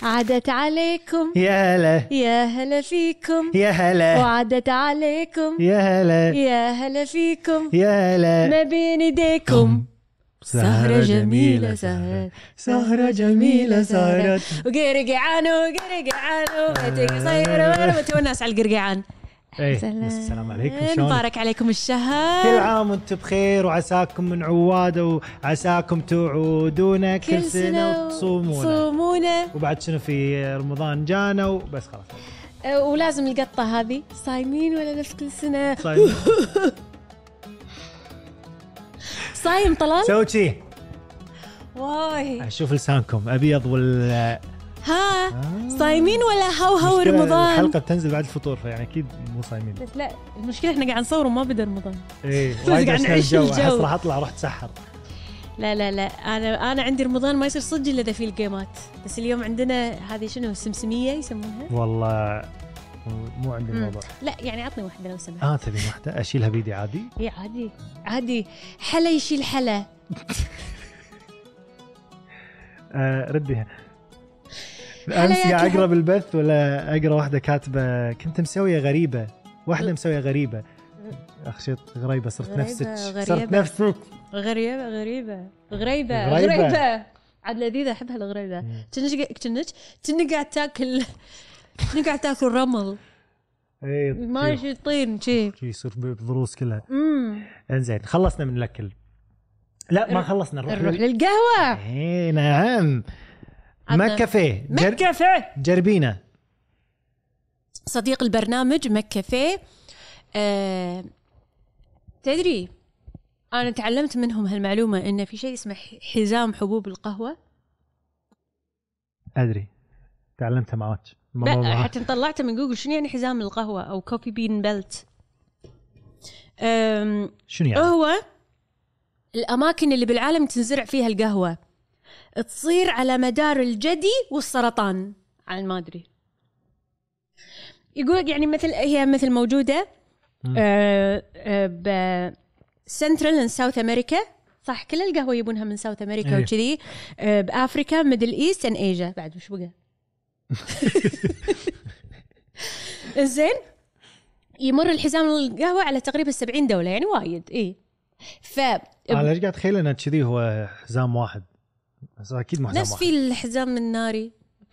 عادت عليكم يا هلا يا هلا فيكم يا هلا وعادت عليكم يا هلا يا هلا فيكم يا هلا ما بين ايديكم سهرة جميلة سهرة جميلة سهرة وقرقعان صير والناس على القرقعان. السلام عليكم، شلونك؟ مبارك عليكم الشهر، كل عام وانتم بخير وعساكم من عواد وعساكم تعودون كل سنة وتصومون وبعد شنو في رمضان جانا وبس خلاص. ولازم القطة هذه صايمين ولا نفس كل سنة؟ صايم طلال سوي شي واي اشوف لسانكم ابيض ولا صايمين ولا هو رمضان؟ الحلقة بتنزل بعد الفطور فيعني اكيد مو صايمين. لا المشكلة احنا قاعد نصور وما بدا رمضان. ايه وايد قاعد نعيش الجو. احس الجو. راح اطلع اروح اتسحر. لا انا عندي رمضان ما يصير صدق الا اذا في الجيمات، بس اليوم عندنا هذه شنو سمسمية يسمونها. والله مو عندي الموضوع. لا يعني عطني واحدة لو سمحت. تبي واحدة اشيلها بيدي عادي؟ اي عادي حلا يشيل حلا. رديها. امس قاعد اقرا بالبث ولا اقرا واحده كاتبه كنت مسويه غريبه، واحده مسويه غريبه اخشيت غريبه صرت نفسك غريبه عاد لذيذه احبها الغريبه. كنك قاعد تاكل رمل ما يجي طين شي يصير بالضروس كلها. انزين خلصنا من الاكل؟ لا ما خلصنا، نروح للقهوه. اي نعم، مكافيه جربينا صديق البرنامج مكافيه. تدري أنا تعلمت منهم هالمعلومة إن في شيء اسمه حزام حبوب القهوة. أدري تعلمتها معك. لا حتى طلعتها من جوجل. شنو يعني حزام القهوة أو كوفي بين بيلت؟ شنو يعني؟ هو الأماكن اللي بالعالم تنزرع فيها القهوة، تصير على مدار الجدي والسرطان على ما أدري. يقول يعني مثل موجودة بسنترال اند ساوث امريكا، صح؟ كل القهوه يبونها من ساوث امريكا وكذي. بافريكا، ميدل ايست اند ايجا. بعد وش بقى؟ زين يمر الحزام القهوه على تقريبا 70 دوله، يعني وايد. انا ليش قاعد اتخيل انه كذي هو حزام واحد، بس اكيد مو حزام واحد. نفس في الحزام الناري.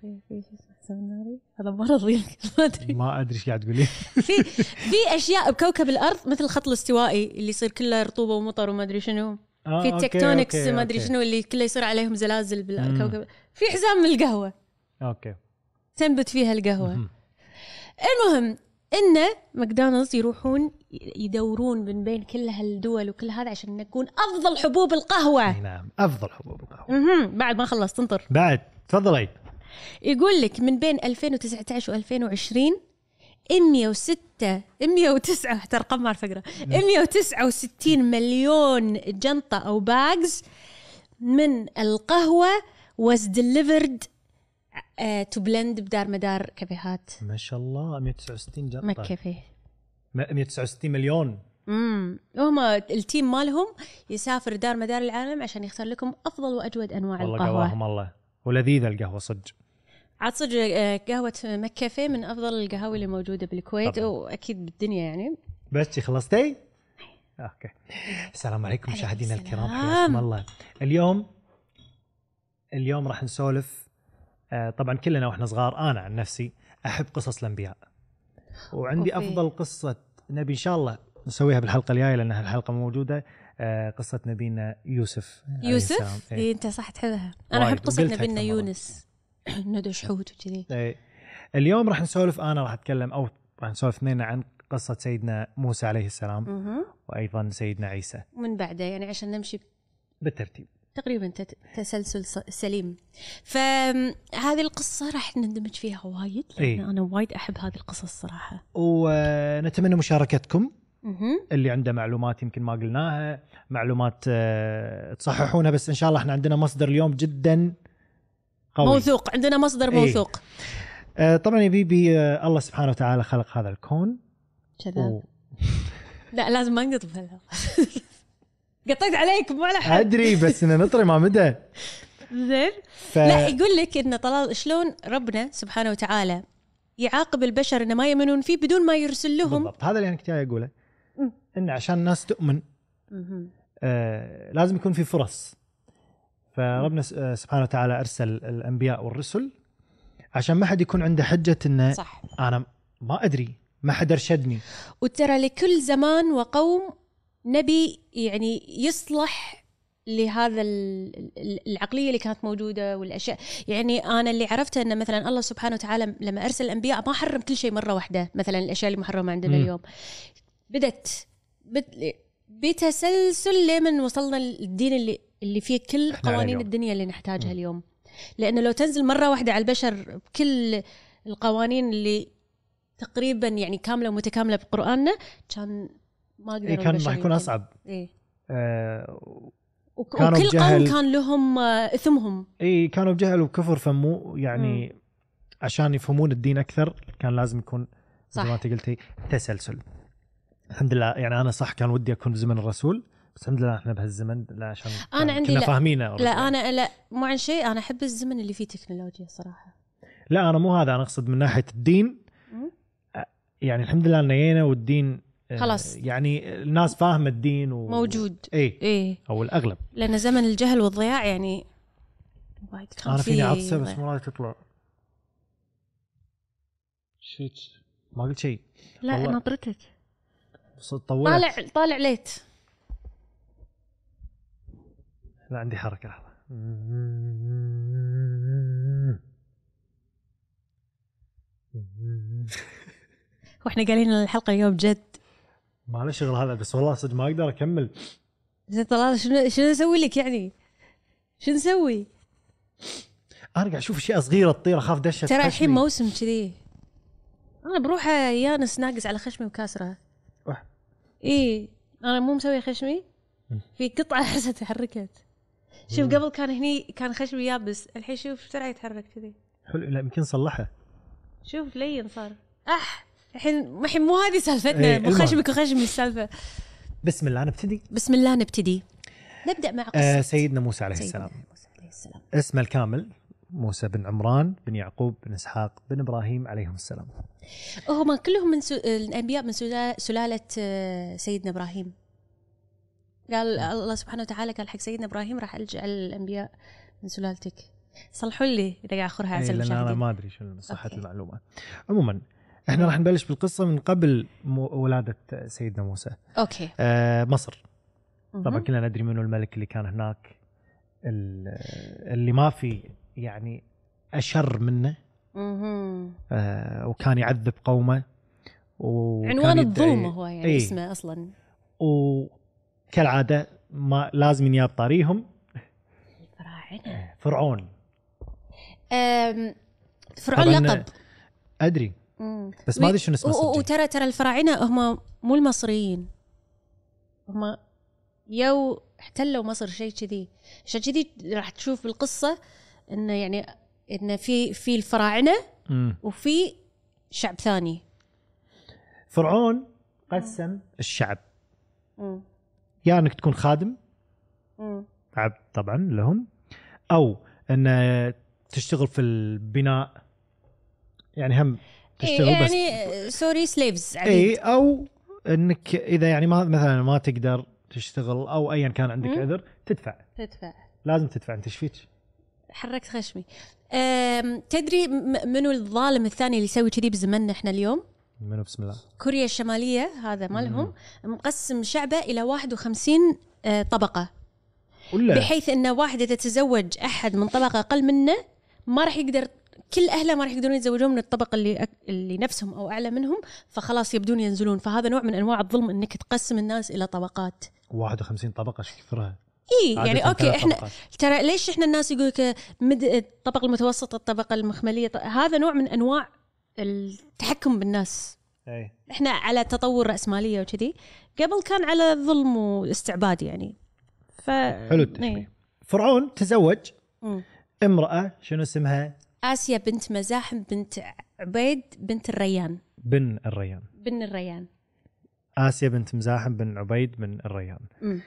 هذا مرض ما ادري ايش قاعد تقولي. في اشياء بكوكب الارض مثل الخط الاستوائي اللي يصير كله رطوبه ومطر وما ادري شنو. في التكتونكس ما ادري شنو اللي كله يصير عليهم زلازل بالكوكب. في حزام من القهوه تنبت فيها القهوه. المهم ان ماكدونالدز يروحون يدورون من بين كل هالدول وكل هذا عشان نكون افضل حبوب القهوه. نعم افضل حبوب القهوه. بعد ما خلصت انطر بعد تفضلي. يقول لك من بين 2019 و2020 109 حتى ارقام ما اعرف اقرا 169 مليون جنطه او باجز من القهوه was delivered to blend بدار مدار كافيهات. ما شاء الله 169 جنطه مكافيه 169 مليون. هم التيم مالهم يسافر دار مدار العالم عشان يختار لكم افضل واجود انواع والله القهوه. قواهم الله ولذيذه القهوه صدق. عاد صدق قهوة مكافيه من أفضل القهاوي اللي موجودة بالكويت وأكيد بالدنيا يعني. بس خلصتي؟ أوكي. السلام عليكم مشاهدينا الكرام، حياكم الله. اليوم راح نسولف. طبعا كلنا وإحنا صغار، أنا عن نفسي أحب قصص الأنبياء، وعندي أفضل قصة نبي إن شاء الله نسويها بالحلقة الجاية لأنها الحلقة موجودة. قصة نبينا يوسف. إيه أنت صح تحبها. أنا أحب قصة نبينا يونس. ندش حوت وكذي. اليوم راح نسولف، انا راح اتكلم او راح نسولف اثنين عن قصة سيدنا موسى عليه السلام وايضا سيدنا عيسى من بعده، يعني عشان نمشي بالترتيب تقريبا تسلسل سليم. فهذه القصة راح نندمج فيها وايد لأن أنا وايد أحب هذه القصص الصراحة، ونتمنى مشاركتكم. اللي عنده معلومات يمكن ما قلناها، معلومات تصححونها، بس إن شاء الله احنا عندنا مصدر اليوم جدا قوي. موثوق، عندنا مصدر موثوق. طبعا يا بيبي الله سبحانه وتعالى خلق هذا الكون لا لازم ما نقطف هلا. قطيت عليك مو على حد. أدري بس إن نطري ما مدى. زين. لا يقول لك ان طلال شلون ربنا سبحانه وتعالى يعاقب البشر ان ما يؤمنون فيه بدون ما يرسل لهم. بالضبط، هذا اللي انا كنت اقوله، ان عشان الناس تؤمن لازم يكون في فرص. فربنا سبحانه وتعالى ارسل الانبياء والرسل عشان ما حد يكون عنده حجه انه صح. انا ما ادري، ما حد ارشدني. وترى لكل زمان وقوم نبي يعني يصلح لهذا العقلية اللي كانت موجودة والأشياء. يعني أنا اللي عرفته أن مثلا الله سبحانه وتعالى لما أرسل الأنبياء ما حرم كل شيء مرة واحدة. مثلا الأشياء اللي محرمة عندنا اليوم بدت بتسلسل لمن وصلنا للدين اللي فيه كل قوانين الدنيا اللي نحتاجها اليوم. لأنه لو تنزل مرة واحدة على البشر بكل القوانين اللي تقريبا يعني كاملة ومتكاملة بقرآننا كان ما قدروا كان راح يكون أصعب. وكل قوم كان لهم إثمهم. كانوا بجهل وكفر، فمو يعني عشان يفهمون الدين أكثر كان لازم يكون زي ما أنت قلتي تسلسل. الحمد لله يعني أنا صح كان ودي أكون بزمن الرسول، بس الحمد لله إحنا بهالزمن لا، عشان أنا عندي كنا فاهمينه. لا أنا لا مو عن شيء، أنا أحب الزمن اللي فيه تكنولوجيا صراحة. لا أنا مو هذا، أنا أقصد من ناحية الدين. يعني الحمد لله نينا والدين خلاص يعني الناس فاهمة الدين موجود. أو الأغلب، لأن زمن الجهل والضياع يعني أنا فيني عطسة بس ما راح تطلع شيء. ما قلت شيء. لا نظرتك طولت. طالع ليت. لا عندي حركة. واحنا قايلين الحلقة اليوم جد ما له شغل هذا، بس والله صدق ما اقدر اكمل. زين طلال شنو نسوي لك يعني؟ شنو نسوي؟ انا قاعد اشوف اشياء صغيره تطير، اخاف دشه. ترى الحين موسم كذي، انا بروح يانس ناقص على خشمي وكاسره. انا مو مسوي خشمي في قطعه حسه تحركت. شوف قبل كان هني كان خشمي يابس، الحين شوف بسرعه يتحرك كذي. حلو. لا يمكن صلحه. شوف لين صار. الحين مو هذه سالفتنا. مو خشمك وخشمي السالفه. بسم الله نبتدي. بسم الله نبتدي. نبدا مع قصه سيدنا موسى عليه السلام. اسمه الكامل موسى بن عمران بن يعقوب بن اسحاق بن ابراهيم عليهم السلام. هم كلهم من الانبياء من سلاله سيدنا ابراهيم. قال الله سبحانه وتعالى قال حق سيدنا ابراهيم راح الجا الانبياء من سلالتك. صلحوا لي اذا قاعد اخرها على المشاهدين. انا ما ادري شنو صحه المعلومه. عموما احنا راح نبلش بالقصه من قبل ولاده سيدنا موسى. اوكي. مصر. طبعا كلنا ندري منو الملك اللي كان هناك، اللي ما في يعني اشر منه. وكان يعذب قومه، عنوان الظلم هو يعني اسمه اصلا. وكالعاده ما لازم ينياب طاريهم الفراعنه. فرعون لقب ادري بس ما ادري شنو اسمه. وترى الفراعنه هم مو المصريين، هم يو احتلوا مصر شيء كذي. عشان كذي راح تشوف بالقصه انه يعني انه في الفراعنه وفي شعب ثاني. فرعون قسم الشعب، يا انك تكون خادم عبد طبعا لهم، او ان تشتغل في البناء، يعني هم تشتغل يعني بس سوري سليفز عبيد. او انك اذا يعني ما مثلا ما تقدر تشتغل او ايا كان عندك عذر تدفع لازم تدفع. انت شفيك حركت خشمي. تدري منو الظالم الثاني اللي يسوي كذي بزمننا احنا اليوم؟ منو؟ بسم الله. كوريا الشمالية هذا مالهم مقسم شعبه إلى 51 طبقة، بحيث إن واحد إذا تزوج أحد من طبقة أقل منه ما راح يقدر، كل أهله ما راح يقدرون يتزوجون من الطبقة اللي نفسهم أو أعلى منهم، فخلاص يبدون ينزلون. فهذا نوع من أنواع الظلم، إنك تقسم الناس إلى طبقات. 51 طبقة شو كثرها؟ يعني اوكي احنا ترى ليش احنا الناس يقولك الطبقه المتوسطه الطبقه المخمليه، هذا نوع من انواع التحكم بالناس. احنا على تطور رأسمالية وكذي، قبل كان على ظلم واستعباد يعني. حلو التشبيه. فرعون تزوج امرأة شنو اسمها؟ آسيا بنت مزاحم بنت عبيد بنت الريان. بن الريان. الريان. آسيا بنت مزاحم بن عبيد بن الريان.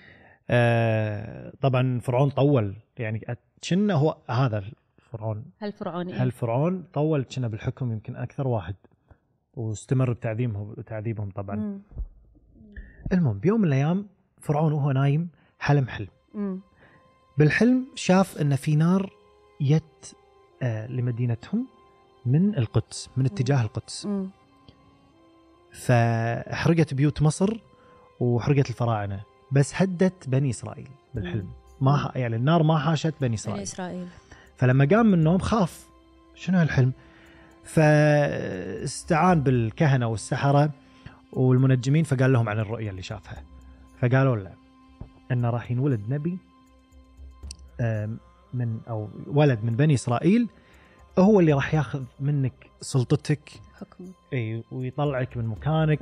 طبعا فرعون طول يعني كنا هو هذا الفرعون هالفرعون طول كنا بالحكم يمكن أكثر واحد، واستمر بتعذيبهم طبعا. المهم بيوم من الأيام فرعون وهو نايم حلم بالحلم شاف أن في نار يت لمدينتهم من القدس، من اتجاه القدس. فحرقت بيوت مصر وحرقت الفراعنة، بس هدت بني إسرائيل بالحلم. ما يعني النار ما حاشت بني إسرائيل. فلما قام من النوم خاف شنو هالحلم، فاستعان بالكهنة والسحرة والمنجمين، فقال لهم عن الرؤية اللي شافها. فقالوا له أن راح ينولد نبي من أو ولد من بني إسرائيل، هو اللي راح ياخذ منك سلطتك، حكمك، ويطلعك من مكانك،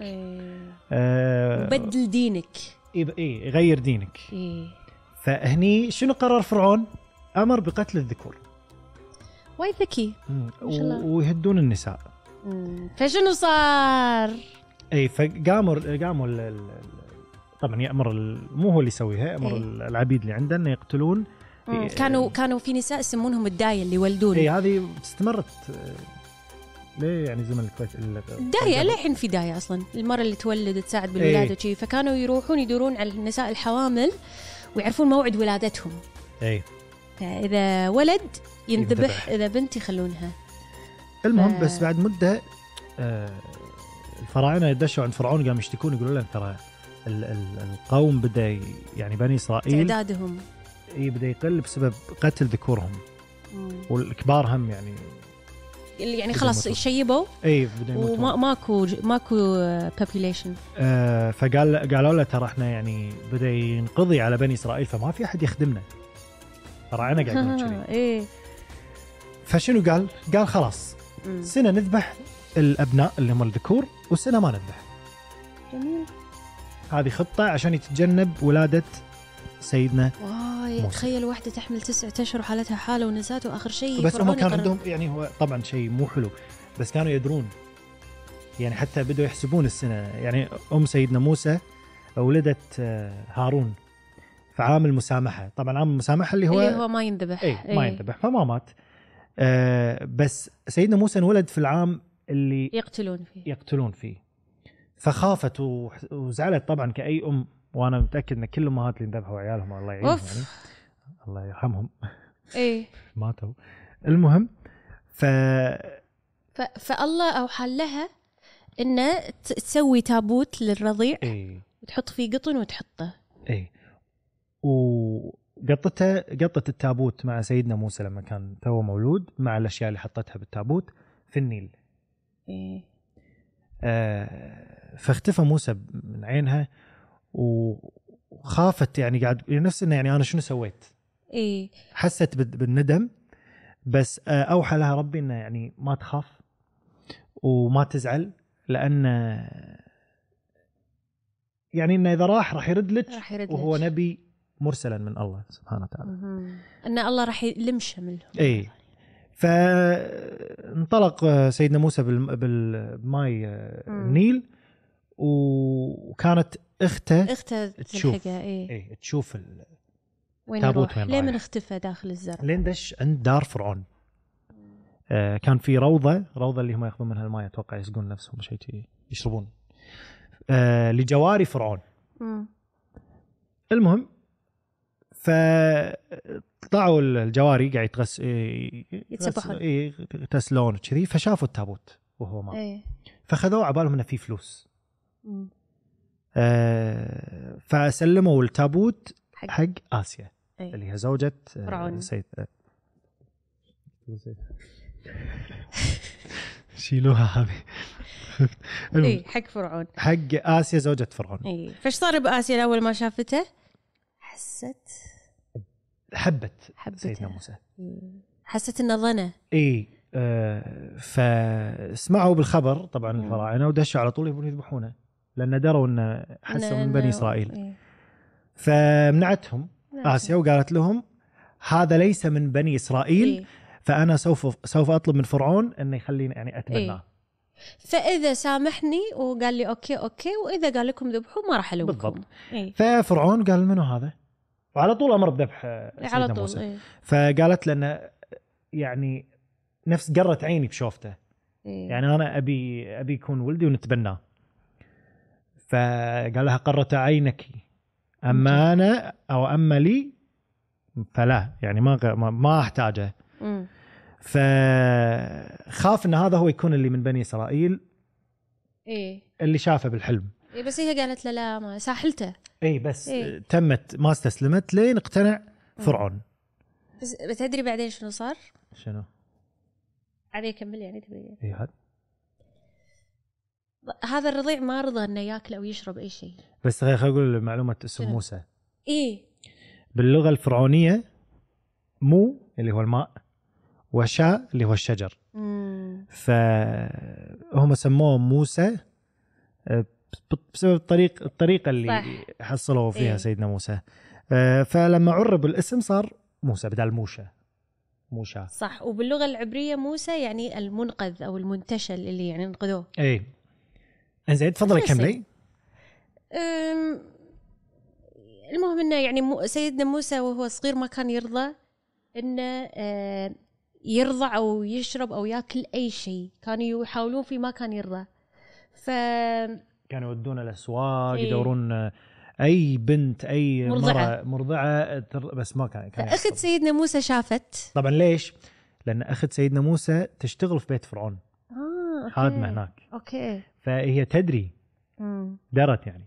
وبدل دينك، يغير دينك. فهني شنو قرر فرعون؟ أمر بقتل الذكور. وايد ذكي ويهدون النساء. فشنو صار؟ فقاموا طبعا يأمر مو هو اللي يسويها، أمر العبيد اللي عنده أن يقتلون. كانوا في نساء يسمونهم الداية اللي يولدون. هذه استمرت ليه يعني زمن الكويت الداية للحين في داية أصلا، المرة اللي تولد تساعد بالولادة وشي. فكانوا يروحون يدورون على النساء الحوامل ويعرفون موعد ولادتهم. فإذا ولد ينذبح، إذا بنت يخلونها. المهم بس بعد مدة الفراعنة يدشوا عند فرعون، قام يشتكون يقولوا له ترى القوم بدأ يعني بني إسرائيل تعدادهم بدأ يقل بسبب قتل ذكورهم، والكبار هم يعني خلاص يشيبوا. وماكو population. فقالوا له ترى احنا يعني بدأ ينقضي على بني إسرائيل، فما في أحد يخدمنا. فراعنة قاعدين كذي. فشنو قال خلاص سنة نذبح الأبناء اللي هم الذكور، وسنة ما نذبح. جميل. هذه خطة عشان يتجنب ولادة سيدنا موسى. تخيل واحدة تحمل 9 أشهر وحالتها حالة ونسات، وآخر شيء بس هم كان عندهم يعني هو طبعا شيء مو حلو، بس كانوا يدرون يعني حتى بدوا يحسبون السنة. يعني سيدنا موسى ولدت هارون في عام المسامحة. طبعا عام المسامحة اللي هو ما ينذبح. ما ينذبح، فما مات. بس سيدنا موسى انولد في العام اللي يقتلون فيه. فخافت وزعلت طبعا كأي أم، وأنا متأكد أن كل أمهات اللي انذبحوا عيالهم الله يعينهم يعني الله يرحمهم ماتوا. المهم فالله أوحى لها إنه تسوي تابوت للرضيع وتحط فيه قطن وتحطه. قطت التابوت مع سيدنا موسى لما كان توه مولود، مع الأشياء اللي حطتها بالتابوت في النيل. فاختفى موسى من عينها وخافت، يعني قاعد نفس إنه يعني أنا شنو سويت. حست بالندم، بس أوحى لها ربي إنه يعني ما تخاف وما تزعل، لأن يعني إنه إذا راح يرد لك، وهو نبي مرسلا من الله سبحانه وتعالى، أن الله راح يلم شمله. فانطلق سيدنا موسى بالماء النيل، وكانت اخته تشوف التابوت وين ليه من اختفى داخل الزرع. لين دش عند دار فرعون. كان في روضة اللي هم ياخذون منها الماء، اتوقع يسقون نفسهم شيء يشربون، لجواري فرعون. المهم فطلعوا الجواري قاعد يتغسلون وكذي، فشافوا التابوت وهو ما فخذوه عبالهم انه فيه فلوس. فسلموا التابوت حق آسيا اللي هي زوجة سيد شيلوها هذه حق فرعون، حق آسيا زوجة فرعون. فايش صار بآسيا أول ما شافته؟ حبت سيدنا موسى، حست إنه ظنه. فسمعوا بالخبر طبعا الفراعنة، ودشوا على طول يبون يذبحونه، لأن دروا إنه حسوا من بني إسرائيل. فمنعتهم آسيا وقالت لهم هذا ليس من بني إسرائيل. فأنا سوف أطلب من فرعون إنه يخليني يعني أتبناه. فإذا سامحني وقال لي أوكي، وإذا قال لكم ذبحوا ما راح ألومكم. بالضبط. ففرعون قال منو هذا؟ وعلى طول امر بذبح سيدنا موسى. إيه. فقالت لنا يعني نفس قرت عيني بشوفته. إيه. يعني انا ابي يكون ولدي ونتبناه. فقال لها قرت عينك اما انا او اما لي فلا، يعني ما احتاجه. فخاف ان هذا هو يكون اللي من بني اسرائيل إيه. اللي شافه بالحلم. إيه بس هي قالت له لا، ما ساحلته. اي بس تمت ما استسلمت لين اقتنع فرعون. بس بتدري بعدين شنو صار؟ شنو؟ عادي اكمل يعني تبي؟ اي هذا الرضيع ما رضى انه ياكل او يشرب اي شيء. بس خليني اقول معلومه اسم موسى. ايه باللغه الفرعونيه مو اللي هو الماء وشاء اللي هو الشجر. فهم سموه موسى بسبب الطريقه اللي صح. حصلوا فيها سيدنا موسى. فلما عرب الاسم صار موسى بدل موشى. صح. وباللغه العبريه موسى يعني المنقذ او المنتشل اللي يعني انقذوه. اي انزين تفضلي كملي. المهم انه يعني سيدنا موسى وهو صغير ما كان يرضى انه يرضع او يشرب او ياكل اي شيء، كانوا يحاولون فيه ما كان يرضى. كانوا يودون الاسواق يدورون اي بنت اي مرضعه بس ما كان اخت سيدنا موسى شافت. طبعا ليش؟ لان اخت سيدنا موسى تشتغل في بيت فرعون خادمه هناك. اوكي. فهي تدري درت يعني.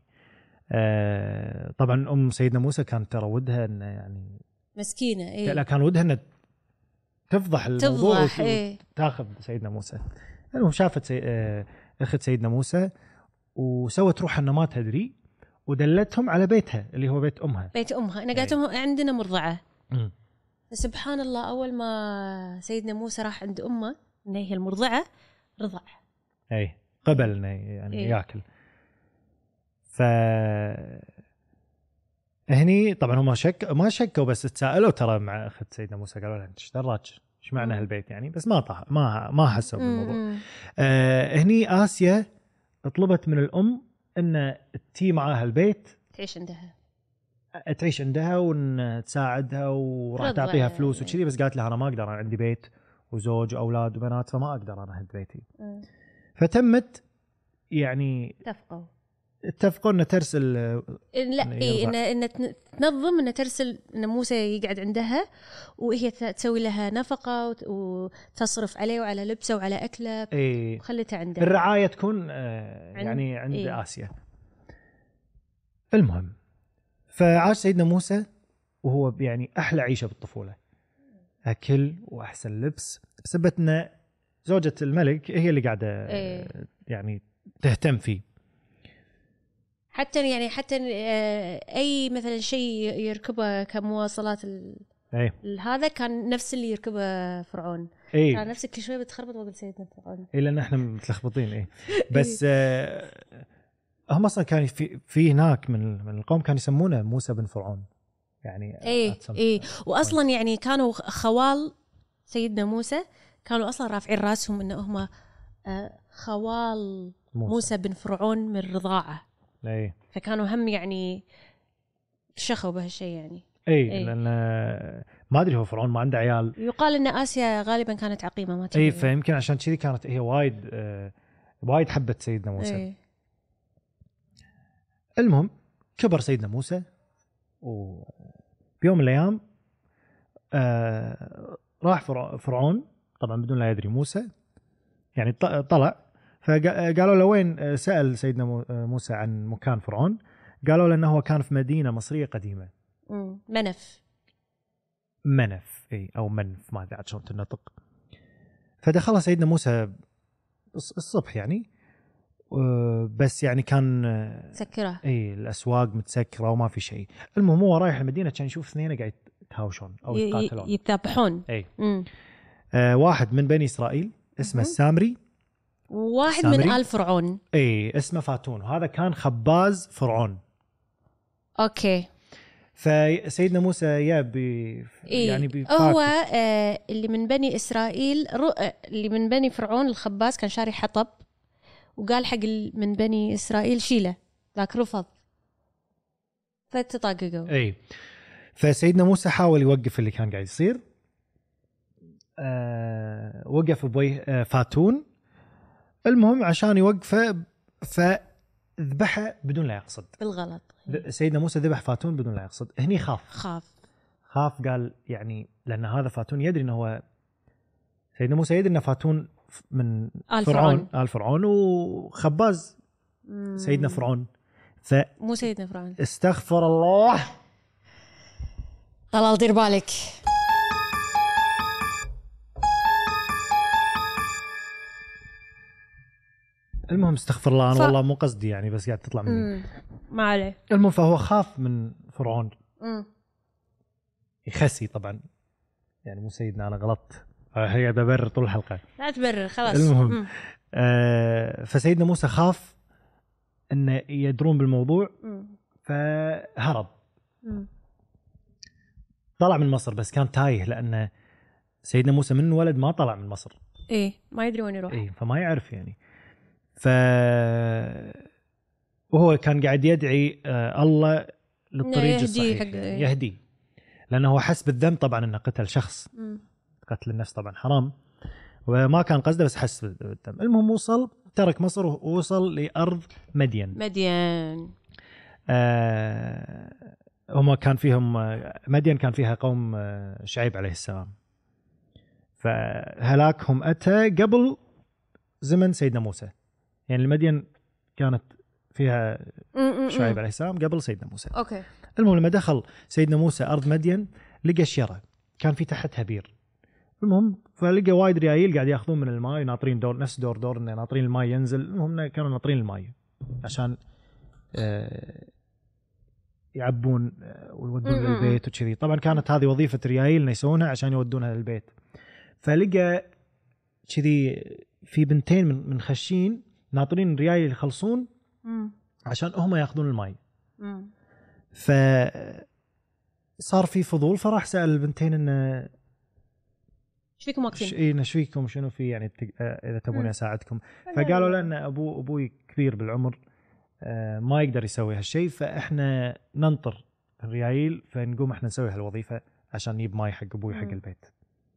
طبعا ام سيدنا موسى كانت ترى ودها انه يعني مسكينه. ايه لا كان ودها انه تفضح الموضوع تاخذ سيدنا موسى. المهم شافت اخت سيدنا موسى وسوت روحها انها ما تدري ودلتهم على بيتها اللي هو بيت امها. انا قالت لهم عندنا مرضعه. سبحان الله، اول ما سيدنا موسى راح عند امه ان هي المرضعه رضع. اي قبل انه يعني ياكل. ف هني طبعا هم ما شكوا بس تساءلوا ترى مع اخت سيدنا موسى، قالوا لها انت ايش دراك ايش معنى هالبيت يعني، بس ما حسوا بالموضوع. هني آسيا طلبت من الام ان تي معاها البيت تعيش عندها وان تساعدها وراح تعطيها فلوس وكذي، بس قالت لها انا ما اقدر، انا عندي بيت وزوج واولاد وبنات فما اقدر انا اهد بيتي. فتمت يعني اتفقوا ان ترسل ان تنظم ان ترسل ان موسى يقعد عندها وهي تسوي لها نفقه وتصرف عليه وعلى لبسه وعلى اكله وخلتها عندها. الرعايه تكون يعني عند آسيا. المهم فعاش سيدنا موسى وهو يعني احلى عيشه بالطفوله، اكل واحسن لبس، بسبب ان زوجة الملك هي اللي قاعده يعني تهتم فيه. حتى اي مثلا شيء يركبه كمواصلات هذا كان نفس اللي يركبه فرعون. كان نفسك كل شوي بتخربط وقت سيدنا فرعون. لان احنا متلخبطين. بس هم اصلا كان في هناك من القوم كانوا يسمونه موسى بن فرعون يعني. واصلا يعني كانوا خوال سيدنا موسى كانوا اصلا رافعين راسهم ان هم خوال موسى بن فرعون من الرضاعه. فكانوا هم يعني شخوا بهالشيء يعني. لان ما ادري هو فرعون ما عنده عيال. يقال ان آسيا غالبا كانت عقيمه ما تدري. فيمكن عشان كذي كانت هي وايد حبت سيدنا موسى. المهم كبر سيدنا موسى وبيوم من الايام راح فرعون طبعا بدون لا يدري موسى، يعني طلع. فقالوا له وين، سأل سيدنا موسى عن مكان فرعون، قالوا له انه هو كان في مدينة مصرية قديمة. منف او منف ما ادري شلون تنطق. فدخل سيدنا موسى الصبح يعني، بس يعني كان سكرة. الاسواق متسكرة وما في شيء. المهم هو رايح المدينة كان يشوف اثنين قاعد يتهاوشون او يتقاتلون يتذبحون. واحد من بني اسرائيل اسمه السامري، واحد من آل فرعون اسمه فاتون، وهذا كان خباز فرعون. اوكي. فسيدنا موسى يعني هو اللي من بني إسرائيل اللي من بني فرعون الخباز كان شاري حطب وقال حق من بني إسرائيل شيله، ذاك رفض فتطاققوا. فسيدنا موسى حاول يوقف اللي كان قاعد يصير. وقف بويه فاتون. المهم عشان يوقفه فذبحه بدون لا يقصد بالغلط. سيدنا موسى ذبح فاتون بدون لا يقصد. هني خاف قال يعني لأن هذا فاتون يدري إنه هو سيدنا موسى يدري إن فاتون من آل فرعون وخباز سيدنا فرعون. مو سيدنا فرعون. استغفر الله. طلال دير بالك. المهم استغفر الله أنا والله مو قصدي يعني بس قاعد تطلع مني. ما عليه. المهم فهو خاف من فرعون. يخسي طبعا يعني مو سيدنا أنا غلطت. هي ببرر طول الحلقة. لا تبرر خلاص. المهم فسيدنا موسى خاف إنه يدرون بالموضوع فهرب. طلع من مصر بس كان تايه لأن سيدنا موسى من ولد ما طلع من مصر. إيه ما يدري وين يروح. إيه فما يعرف يعني. وهو كان قاعد يدعي الله للطريق الصحيح يعني يهدي لأنه هو حس بالذنب طبعا إنه قتل شخص. قتل النفس طبعا حرام وما كان قصده بس حس بالذنب. المهم وصل ترك مصر ووصل لأرض مدين. هما كان فيهم مدين كان فيها قوم شعيب عليه السلام. فهلاكهم أتى قبل زمن سيدنا موسى يعني المدين كانت فيها شعيب عليه السلام قبل سيدنا موسى. أوكي. المهم لما دخل سيدنا موسى أرض مدين لقى شيرة كان في تحتها بير. المهم فلقى وايد ريايل قاعد ياخذون من الماء ناطرين دور نفس دور إنه ناطرين الماء ينزل. المهم كانوا ناطرين الماء عشان يعبون ويودون للبيت وكذي. طبعا كانت هذه وظيفة ريايل يسوونها عشان يودونها للبيت. فلقى كذي في بنتين من خشين ناطرين ريايل يخلصون عشان هم ياخذون الماء. فصار في فضول فراح سأل البنتين إنه ايش فيكم واقفين؟ ايش فيكم شنو في يعني اذا تبوني اساعدكم. فقالوا له ان ابوي كبير بالعمر ما يقدر يسوي هالشيء فاحنا ننطر الريايل فنقوم احنا نسوي هالوظيفه عشان نجيب ماي حق ابوي حق البيت.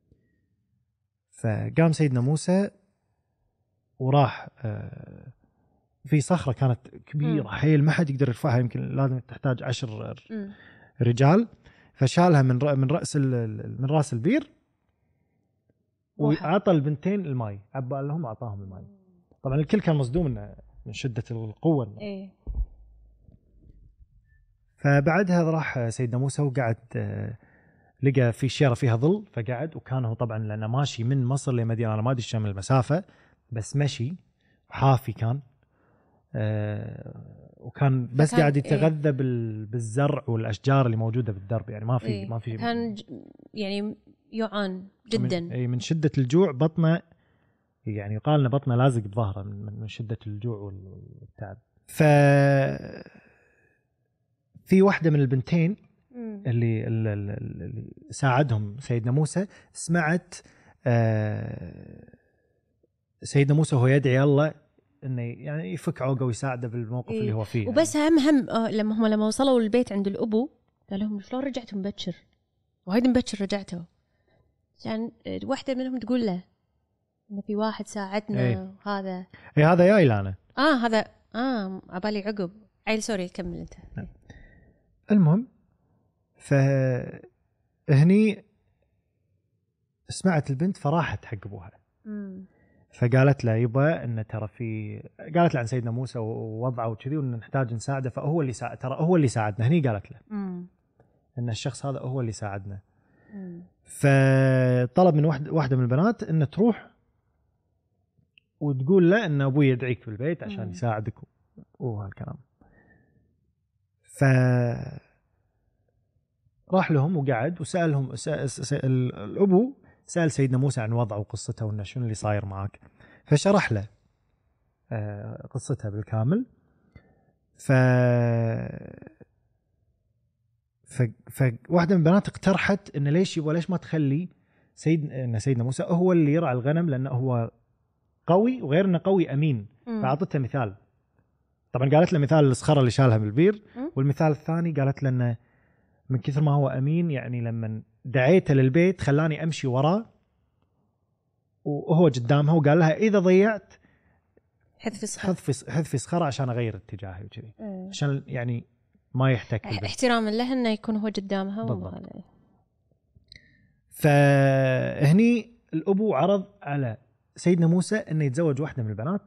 فقام سيدنا موسى وراح في صخره كانت كبيره حيل ما حد يقدر يرفعها يمكن لازم تحتاج 10 رجال. فشالها من راس البير وعطى البنتين الماء عبى لهم أعطاهم الماء. طبعا الكل كان مصدوم من شدة القوة. إيه. فبعدها راح سيدنا موسى وقعد لقى في شيرة فيها ظل فقعد وكان هو طبعا لأنه ماشي من مصر لمدينة أنا ما أدري كم المسافة بس مشي حافي كان وكان بس قاعد يتغذى بالزرع والأشجار اللي موجودة بالدرب يعني ما في كان يعني يعان جدا من شدة الجوع بطنه يعني يقال ان بطنه لازق بظهره من شدة الجوع والتعب. في واحدة من البنتين اللي ساعدهم سيدنا موسى سمعت سيدنا موسى هو يدعي الله انه يعني يفك عوقه ويساعده بالموقف اللي هو فيه. وبس هم لما وصلوا للبيت عند الابو قال لهم شلون رجعتوا مبكر وهيد مبكر رجعتوا عشان واحدة منهم تقول له إن في واحد ساعدنا وهذا هذا جاي أنا هذا عبالي عقب عيل سوري كمل أنت. المهم فهني سمعت البنت فراحت حق أبوها فقالت له يبا إن ترى قالت له عن سيدنا موسى ووضعه وكذي وإن نحتاج نساعده فهو اللي ترى هو اللي ساعدنا. هني قالت له إن الشخص هذا هو اللي ساعدنا. فطلب من واحدة من البنات إن تروح وتقول له إن أبوي يدعيك في البيت عشان يساعدك وهالكلام. راح لهم وقعد وسألهم الأبو سأل سيدنا موسى عن وضعه وقصته وإنه شنو اللي صاير معك فشرح له قصتها بالكامل. فواحدة من البنات اقترحت إن ليش ما تخلي سيدنا موسى هو اللي يرعى الغنم لأنه هو قوي وغير إنه قوي أمين. فأعطته مثال طبعا قالت له مثال الصخرة اللي شالها بالبير والمثال الثاني قالت له إنه من كثر ما هو أمين يعني لما دعيته للبيت خلاني أمشي وراه وهو قدامها وقال لها إذا ضيعت حذفي صخرة عشان أغير اتجاهي وكذي عشان يعني ما يحتك بالبيت. احتراما له إنه يكون هو قدامها. فهني الأبو عرض على سيدنا موسى إنه يتزوج واحدة من البنات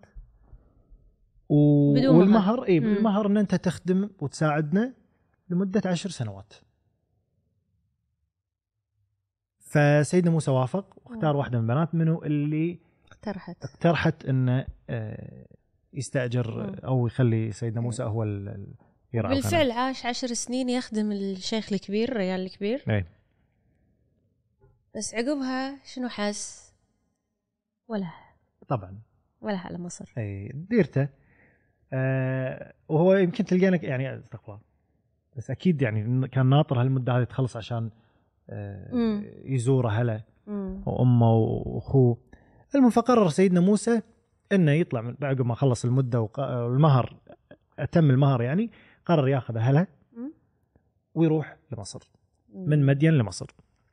والمهر المهر إن أنت تخدم وتساعدنا لمدة 10 سنوات. فسيدنا موسى وافق واختار واحدة من البنات منه اللي اقترحت إنه يستأجر أو يخلي سيدنا موسى هو يرعى. بالفعل عاش 10 سنين يخدم الشيخ الكبير الرجال الكبير. بس عقبها شنو حس؟ طبعا ولا على مصر ديرته. وهو يمكن تلقينا يعني استغفر بس أكيد يعني كان ناطر هالمدة هذه تخلص عشان يزور أهله وأمه وأخوه. فقرر سيدنا موسى إنه يطلع من بعد ما خلص المدة والمهر أتم المهر يعني قرر يأخذ أهله ويروح لمصر من مدين لمصر.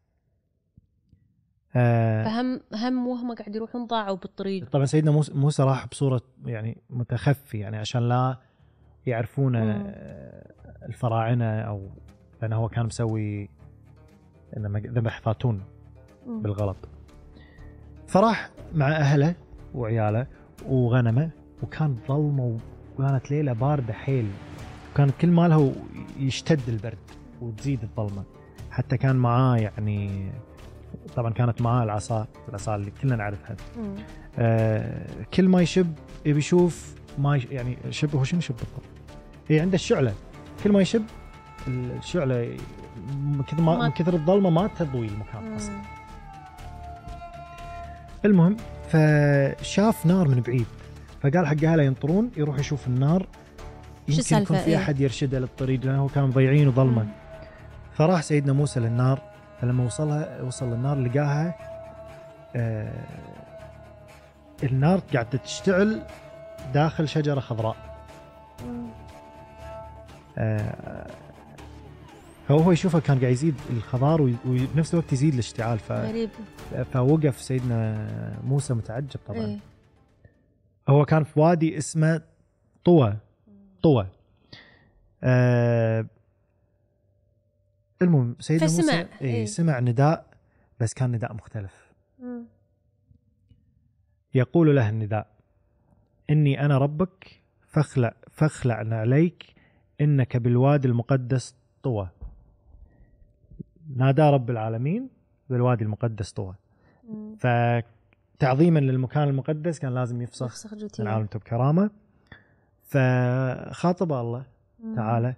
فهم وهم قاعد يروحون ضاعوا بالطريق. طبعا سيدنا موسى راح بصورة يعني متخفي يعني عشان لا يعرفون الفراعنة أو لأنه هو كان مسوي إنما ذبح فاتون بالغلط. فراح مع أهله وعياله وغنمه وكان ظلمة وكانت ليلة باردة حيل وكان كل ماله يشتد البرد وتزيد الظلمة. حتى كان معاه يعني طبعا كانت معاه العصا اللي كلنا نعرفها. كل ما يشب يبي يشوف ما يعني شب هو شنو يشب بالضبط؟ هي عنده الشعلة كل ما يشب الشعلة من كثر الظلمة ما تضوي المكان أصلا. المهم فشاف نار من بعيد فقال حق أهله ينطرون يروح يشوف النار يمكن يكون في أحد يرشده للطريق لأنه كانوا ضيعين وظلمة. فراح سيدنا موسى للنار. فلما وصل للنار لقاها النار قاعدة تشتعل داخل شجرة خضراء. فهو يشوفها كان قاعد يزيد الخضار وبنفس الوقت يزيد الاشتعال. فوقف سيدنا موسى متعجب طبعا. هو كان في وادي اسمه طوى. المهم سيدنا موسى سمع نداء بس كان نداء مختلف. يقول له النداء إني أنا ربك فاخلع نعليك إنك بالوادي المقدس طوى. نادى رب العالمين بالوادي المقدس طوى. فتعظيما للمكان المقدس كان لازم يفسخ من عالمته بكرامة. فخاطب الله تعالى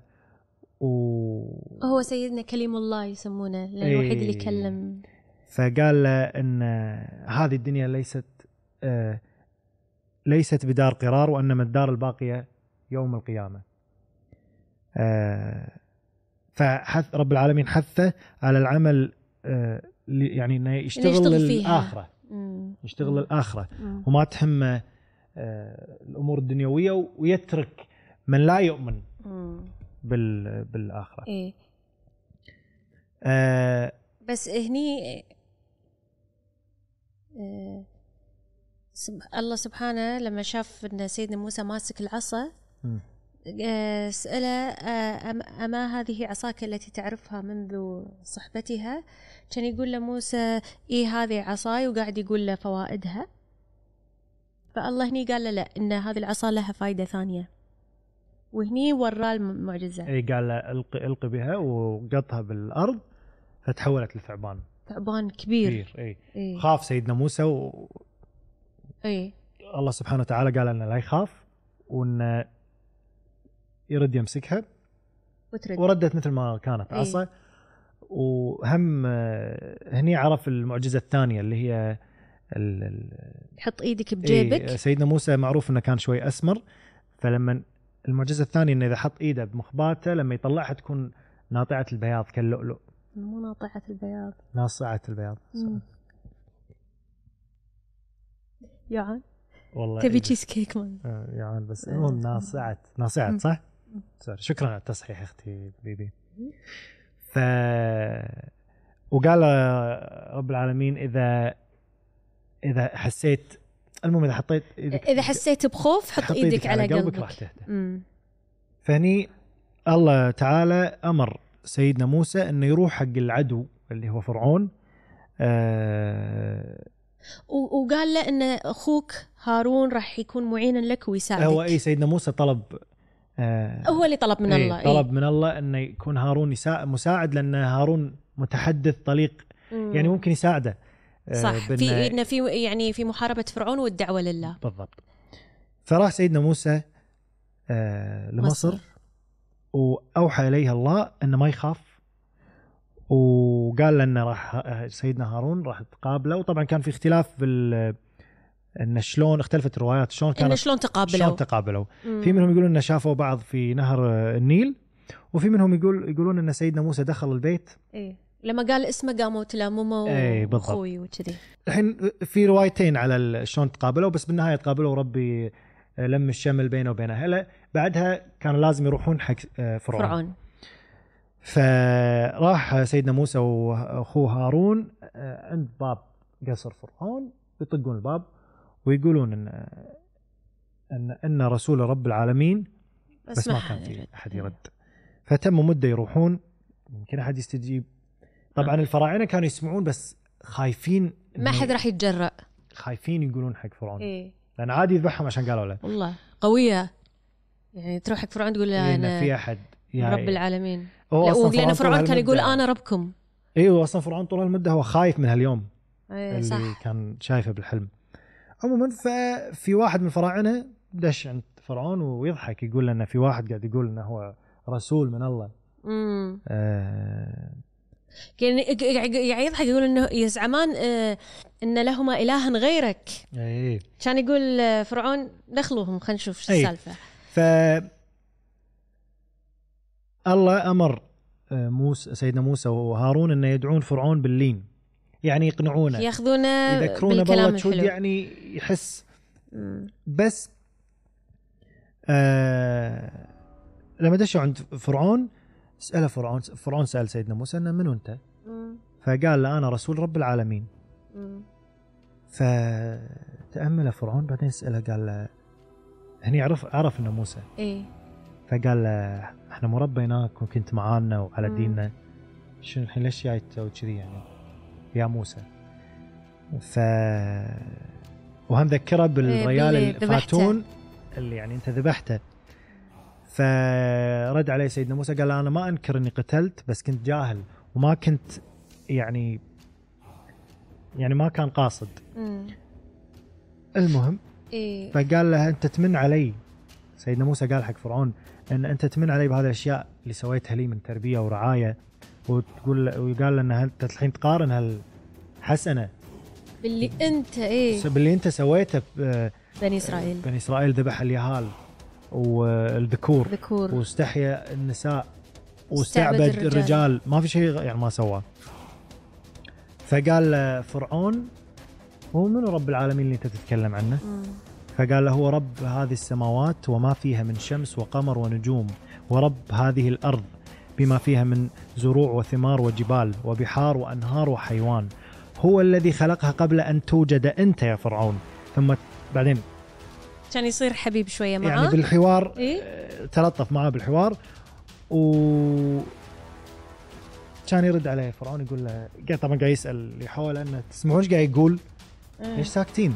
هو سيدنا كليم الله يسمونه الوحيد اللي يكلم. فقال له إن هذه الدنيا ليست بدار قرار وإنما الدار الباقية يوم القيامة. فحث رب العالمين حثه على العمل يعني إنه يشتغل للآخرة يشتغل للآخرة وما تهمه الأمور الدنيوية ويترك من لا يؤمن بالآخرة. بس هني الله سبحانه لما شاف أن سيدنا موسى ماسك العصا سأله أما هذه عصاك التي تعرفها منذ صحبتها؟ كان يقول له موسى هذه عصاي وقاعد يقول له فوائدها. فالله هني قال له لا إن هذه العصا لها فائدة ثانية وهني وراه المعجزة. قال له ألقي بها وقطها بالأرض فتحولت لثعبان كبير. خاف سيدنا موسى الله سبحانه وتعالى قال لنا لا يخاف وإنه يرد يمسكها وردت مثل ما كانت عصا. وهم هني عرف المعجزة الثانية اللي هي حط ايدك بجيبك. سيدنا موسى معروف انه كان شوي اسمر فلما المعجزة الثانية انه اذا حط ايده بمخباته لما يطلعها تكون ناطعة البياض كاللؤلؤ. مو ناطعة البياض ناصعة البياض. يعان والله تبي تشيز كيك يعان بس المهم ناصعة صح؟ شكرا على التصحيح اختي بيبي. وقال رب العالمين إذا حسيت، المهم إذا حطيت إيدك، إذا حسيت بخوف حط إيدك على قلبك راح تهدى. فهني الله تعالى أمر سيدنا موسى أنه يروح حق العدو اللي هو فرعون، وقال له أن أخوك هارون راح يكون معينا لك ويساعدك. هو سيدنا موسى طلب، هو اللي طلب من الله، طلب من الله أنه يكون هارون مساعد، لأن هارون متحدث طليق، يعني ممكن يساعده صح في محاربة فرعون والدعوة لله. بالضبط. فراح سيدنا موسى لمصر، وأوحى إليه الله أنه ما يخاف، وقال لنا راح سيدنا هارون راح تقابله. وطبعا كان في اختلاف ان شلون اختلفت الروايات، شلون تقابلوا. في منهم يقولون ان شافوا بعض في نهر النيل، وفي منهم يقولون ان سيدنا موسى دخل البيت لما قال اسمه قاموا تلامموا واخوي وكذي. الحين في روايتين على شلون تقابلوا، بس بالنهايه تقابلوا وربي لم الشمل بينه وبينها. هلا بعدها كان لازم يروحون حق فرعون. فراح سيدنا موسى واخوه هارون عند باب قصر فرعون، يطقون الباب ويقولون ان رسول رب العالمين، بس ما كان في احد يرد. فتم مده يروحون، يمكن احد يستجيب. طبعا الفراعنه كانوا يسمعون بس خايفين، ما حد راح يتجرأ، خايفين يقولون حق فرعون لان عادي يذبحهم عشان قالوا له. والله قويه، يعني تروح حق فرعون تقول له انا في احد رب العالمين. لأن فرعون كان يقول أنا ربكم. ايوه اصلا فرعون طول المده هو خايف من هاليوم اللي صح. كان شايفه بالحلم. عموما ففي واحد من الفراعنه دش عند فرعون ويضحك، يقول لنا في واحد قاعد يقول انه هو رسول من الله. يعني يضحك، يقول انه يزعمان ان لهما إلها غيرك. كان يقول فرعون دخلوهم خلينا نشوف شو السالفه. الله أمر سيدنا موسى وهارون أن يدعون فرعون باللين، يعني يقنعونه، ياخذونه يذكرونه بالله تشود، يعني يحس. بس لما دشوا عند فرعون سأله فرعون سأل سيدنا موسى أنه من أنت؟ فقال له أنا رسول رب العالمين. فتأمل فرعون، بعدين سأله قال له، هني عرف أنه موسى. فقال له احنا مربيناك وكنت معانا وعلى ديننا، شنو الحين ليش جاي تسوي كذي يعني يا موسى؟ وهم ذكره بالريال الفاتون اللي يعني انت ذبحته. فرد عليه سيدنا موسى قال انا ما انكر اني قتلت، بس كنت جاهل وما كنت يعني ما كان قاصد. المهم فقال له انت تمن علي. سيدنا موسى قال حق فرعون ان انت تمن علي بهذه الاشياء اللي سويتها لي من تربيه ورعايه، وقال له ان انت الحين تقارن هالحسنه باللي انت باللي انت سويته بني اسرائيل ذبح اليهال والذكور واستحيا النساء واستعبد الرجال، ما في شيء يعني ما سواه. فقال فرعون هو من رب العالمين اللي انت تتكلم عنه؟ فقال له هو رب هذه السماوات وما فيها من شمس وقمر ونجوم، ورب هذه الأرض بما فيها من زروع وثمار وجبال وبحار وأنهار وحيوان، هو الذي خلقها قبل أن توجد أنت يا فرعون. ثم بعدين كان يصير حبيب شوية معه يعني بالحوار. تلطف معه بالحوار، كان يرد عليه فرعون يقول له، طبعا قاعد يسأل اللي حوله أنه تسمعون ايش قاعد يقول؟ ليش ساكتين؟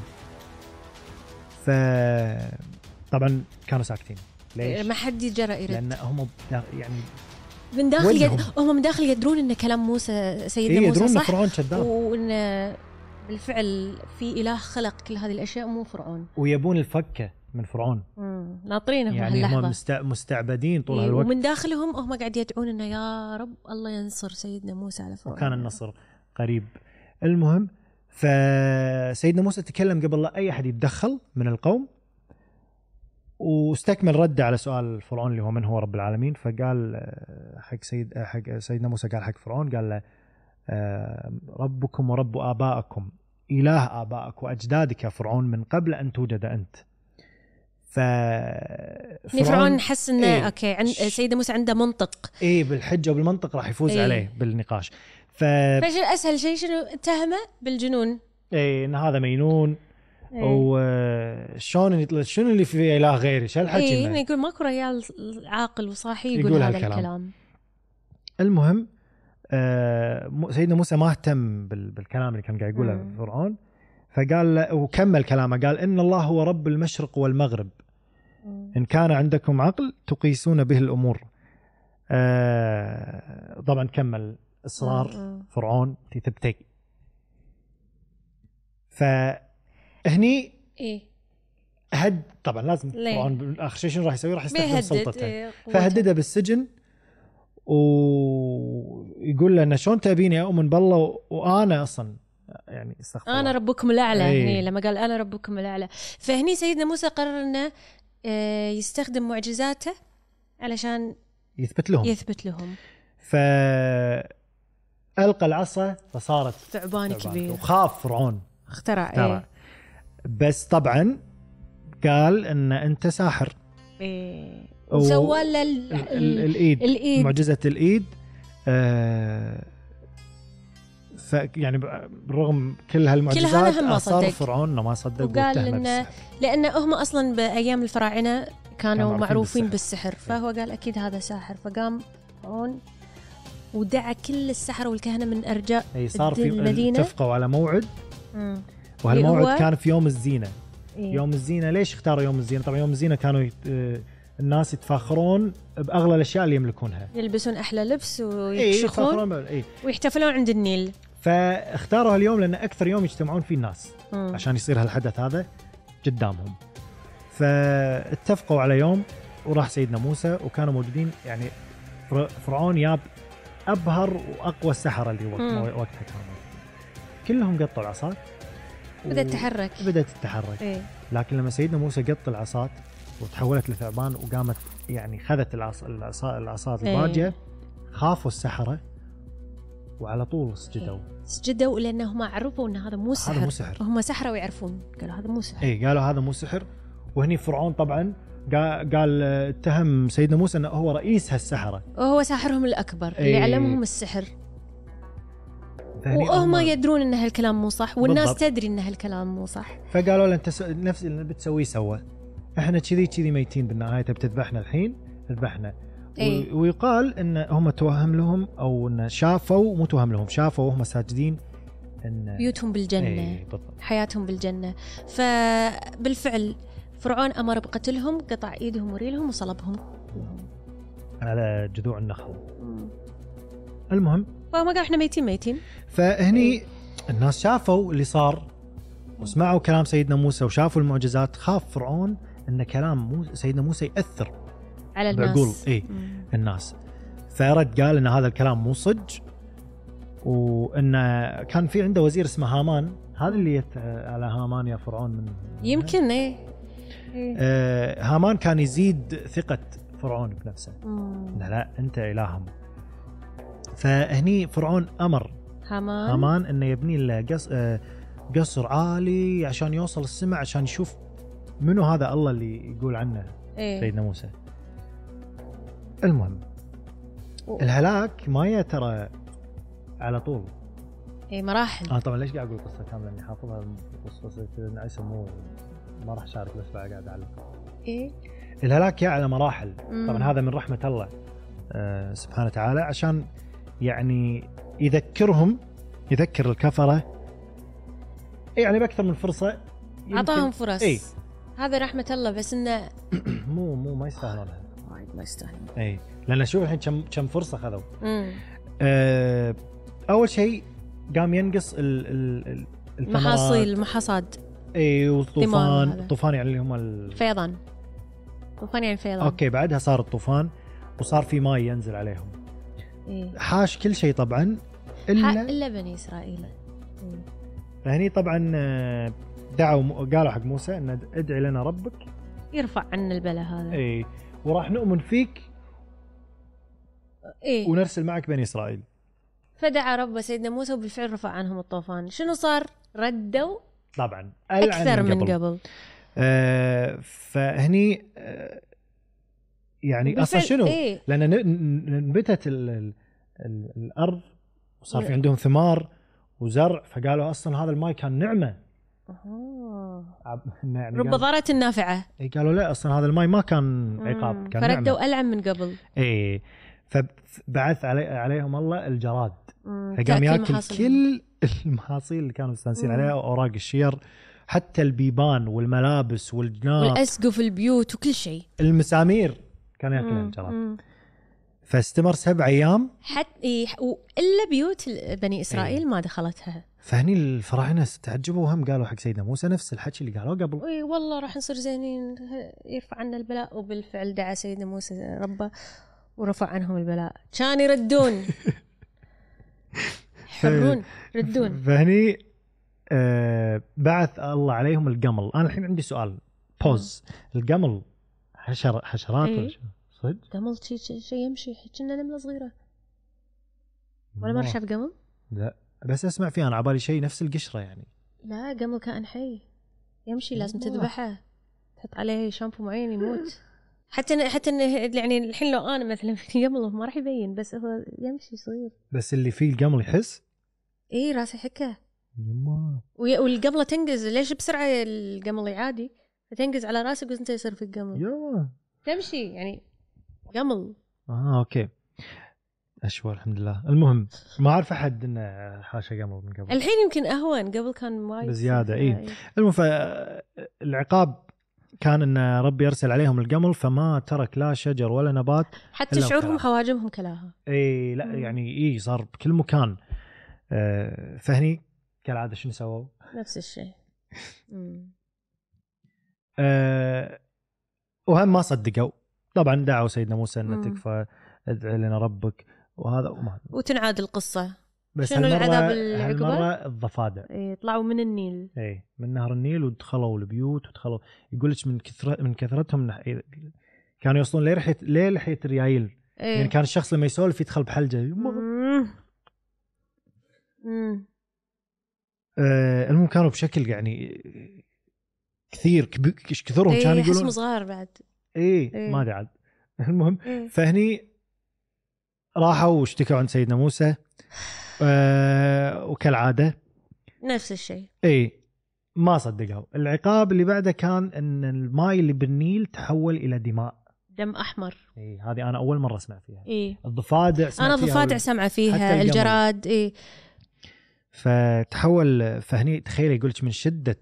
فطبعا كانوا ساكتين. ليش؟ ما حد يجرأ يرد، لأن هم يعني من داخل هم من داخل يدرون ان كلام موسى سيدنا موسى يدرون صح، فرعون كذاب، وان بالفعل في إله خلق كل هذه الاشياء مو فرعون، ويبون الفكه من فرعون. ناطرينه يعني هم مستعبدين طول هالوقت، ومن داخلهم هم قاعد يدعون انه يا رب الله ينصر سيدنا موسى على فرعون، وكان النصر قريب. المهم فسيدنا موسى تكلم قبل لا اي احد يتدخل من القوم، واستكمل رد على سؤال فرعون اللي هو من هو رب العالمين. فقال حق سيدنا موسى قال حق فرعون قال له ربكم ورب آبائكم إله آبائك وأجدادك يا فرعون من قبل أن توجد أنت. فرعون حس انه اوكي سيدنا موسى عنده منطق بالحجه وبالمنطق راح يفوز عليه بالنقاش. فايش اسهل شيء شنو اتهمه بالجنون ان هذا مجنون وشون شنو اللي في اله غيري شو الحكي يقول ماكو رجال عاقل وصاحي يقول هذا الكلام. المهم سيدنا موسى ما اهتم بالكلام اللي كان قاعد يقوله فرعون، فقال وكمل كلامه قال إن الله هو رب المشرق والمغرب إن كان عندكم عقل تقيسون به الأمور. طبعا كمل إصرار فرعون تثبتي. فهني هد طبعا لازم فرعون آخر شيء شنو راح يسوي؟ راح يستخدم سلطته فهدده بالسجن ويقول له أن شلون تبيني أؤمن بالله وأنا أصلا يعني استغفر أنا ربكم الأعلى. هني لما قال أنا ربكم الأعلى، فهني سيدنا موسى قرر أنه يستخدم معجزاته علشان يثبت لهم. فألقى العصا فصارت ثعبان كبير وخاف فرعون اخترع. بس طبعا قال أن أنت ساحر وسوى له الإيد معجزة الإيد. يعني بالرغم كل هالمعجزات أصر فرعون ما صدق وقال لأن هم أصلا بأيام الفراعنة كانوا معروفين بالسحر فهو قال أكيد هذا ساحر. فقام فرعون ودعا كل السحرة والكهنة من أرجاء المدينة اتفقوا على موعد وهالموعد كان في يوم الزينة. يوم الزينة ليش اختاروا يوم الزينة؟ طبعا يوم الزينة كانوا الناس يتفاخرون بأغلى الأشياء اللي يملكونها، يلبسون أحلى لبس ويكشخون ويحتفلون عند النيل. فاختاروا هاليوم لأن أكثر يوم يجتمعون فيه الناس عشان يصير هالحدث هذا قدامهم. فاتفقوا على يوم وراح سيدنا موسى وكانوا موجودين. يعني فرعون ياب أبهر وأقوى السحرة اللي وقتها كانوا كلهم قطوا العصات بدأت تتحرك. لكن لما سيدنا موسى قط العصات وتحولت لثعبان وقامت يعني خذت العصات الباجية خافوا السحرة وعلى طول سجدوا لأنهم عرفوا أن هذا مو سحر. هم سحرة ويعرفون قالوا هذا مو سحر. قالوا هذا مو سحر. وهني فرعون طبعا قال اتهم سيدنا موسى أنه هو رئيس هالسحرة وهو ساحرهم الأكبر اللي علمهم السحر. وهم يدرون أن هالكلام مو صح والناس بالضبط. تدري أن هالكلام مو صح. فقالوا له أنت نفس اللي بتسويه سوى، احنا كذي ميتين بالنهاية بتذبحنا الحين اذبحنا. ويقال ان هم توهم لهم او ان شافوا مو توهم لهم شافوا وهم ساجدين ان بيوتهم بالجنة حياتهم بالجنة. فبالفعل فرعون امر بقتلهم، قطع ايدهم وريلهم وصلبهم على جذوع النخل. المهم فما قال احنا ميتين. فهني الناس شافوا اللي صار وسمعوا كلام سيدنا موسى وشافوا المعجزات. خاف فرعون ان كلام سيدنا موسى يأثر على الناس الناس. فرد قال ان هذا الكلام مو صج وان كان في عنده وزير اسمه هامان. هذا اللي على هامان يا فرعون من يمكن هامان كان يزيد ثقة فرعون بنفسه. لا انت الههم. فهني فرعون امر هامان انه يبني له قصر عالي عشان يوصل السماء عشان يشوف منو هذا الله اللي يقول عنه سيدنا موسى. المهم الهلاك ما ترى على طول مراحل. طبعا ليش قاعد اقول قصه كامله اني حافظها قصه عيسى ما راح اشارك بس قاعد اعلق. الهلاك على مراحل. طبعا هذا من رحمه الله سبحانه وتعالى عشان يعني يذكر الكفره يعني باكثر من فرصه اعطاهم فرص. هذا رحمه الله بس انه مو ما يستاهلونها. ما يستاهلون. لأن شوف الحين كم فرصة خذوا. أول شيء قام ينقص المحاصيل والطوفان يعني اللي هم الفيضان. طوفان يعني الفيضان. أوكي بعدها صار الطوفان وصار في ماء ينزل عليهم. حاش كل شيء طبعا إلا بني إسرائيل. فهني طبعا قالوا حق موسى إن ادعي لنا ربك يرفع عنا البلاء هذا. وراح نؤمن فيك ونرسل معك بني إسرائيل. فدعا رب سيدنا موسى وبالفعل رفع عنهم الطوفان. شنو صار؟ ردوا طبعا أكثر من قبل. فهني يعني اصلا شنو لان نبتت الارض وصار في عندهم ثمار وزرع، فقالوا اصلا هذا الماء كان نعمه. يعني رب ضارة النافعه. قالوا لا اصلا هذا الماء ما كان عقاب، كان نعمه، فردوا ألعن من قبل. فبعث عليهم الله الجراد، فقام ياكل كل المحاصيل اللي كانوا مستانسين عليها، اوراق الشجر، حتى البيبان والملابس والجناط والاسقف البيوت وكل شيء، المسامير كان ياكلها الجراد. فاستمر 7 أيام حتى الا بيوت بني اسرائيل ما دخلتها. فهني الفراعنه تعجبوا وهم قالوا حق سيدنا موسى نفس الحكي اللي قالوه قبل، اي والله راح نصير زينين، يرفع عنا البلاء. وبالفعل دعا سيدنا موسى ربه ورفع عنهم البلاء، كان يردون حرون ردون. فهني بعث الله عليهم القمل. انا الحين عندي سؤال بوز، القمل حشرات ولا صدق؟ قمل شيء يمشي كأنه نمله صغيره، ولا ما شاف قمل؟ لا بس اسمع فيه انا عبالي شيء نفس القشره يعني. لا قمل كائن حي يمشي، لازم تذبحه، تحط عليه شامبو معين يموت. حتى يعني الحين لو انا مثلا في قمل ما راح يبين، بس هو يمشي صغير. بس اللي فيه القمل يحس راسي حكه والقمله تنقز. ليش بسرعه القمل عادي فتنقز على راسك وانت يصير في القمل تمشي يعني قمل. اوكي اشوى الحمد لله. المهم ما اعرف احد انه حاشا قمل من قبل، الحين يمكن اهون، قبل كان وايد بزياده. المهم العقاب كان ان ربي يرسل عليهم القمل، فما ترك لا شجر ولا نبات حتى شعورهم حواجمهم كلاها. لا يعني صار بكل مكان. فهني كالعاده شنو سووا؟ نفس الشيء. وهم ما صدقوا طبعا، دعوا سيدنا موسى ان تكفى، ادعي لنا ربك، وهذا وتنعاد القصه. بس شنو العذاب العقبة؟ هالمرة الضفادع طلعوا من النيل، من نهر النيل ودخلوا البيوت، ودخلوا يقولش من كثرتهم كانوا يوصلون لحية الريايل. يعني كان الشخص لما يسولف يدخل بحلجة. المهم كانوا بشكل يعني كثير كثرهم، كانوا يقولون اسمه صغار بعد. ما ادري عاد. المهم فهني راحوا واشتكوا عند سيدنا موسى، وكالعادة نفس الشيء. ما صدقوا. العقاب اللي بعده كان ان الماء اللي بالنيل تحول الى دم احمر. هذه انا اول مرة اسمع فيها. الضفادع انا الضفادع سمع فيها، الجراد فتحول. فهني تخيل يقولك من شدة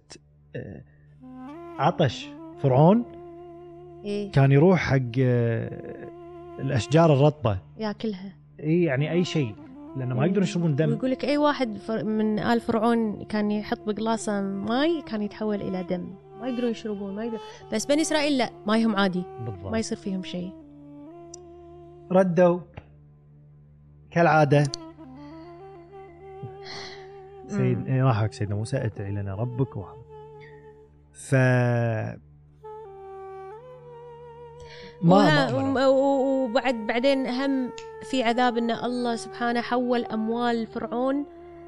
عطش فرعون كان يروح حق الاشجار الرطبة ياكلها، يعني اي شيء، لأنه ما يقدرون يشربون دم. ويقول لك أي واحد من آل فرعون كان يحط بقلاصة ماي كان يتحول إلى دم، ما يقدرون يشربون، بس بني إسرائيل لا، مايهم عادي بالضبط. ما يصير فيهم شيء. ردوا كالعادة. راح سيدنا موسى ادعي لنا ربك وبعدين هم في عذاب ان الله سبحانه حول اموال فرعون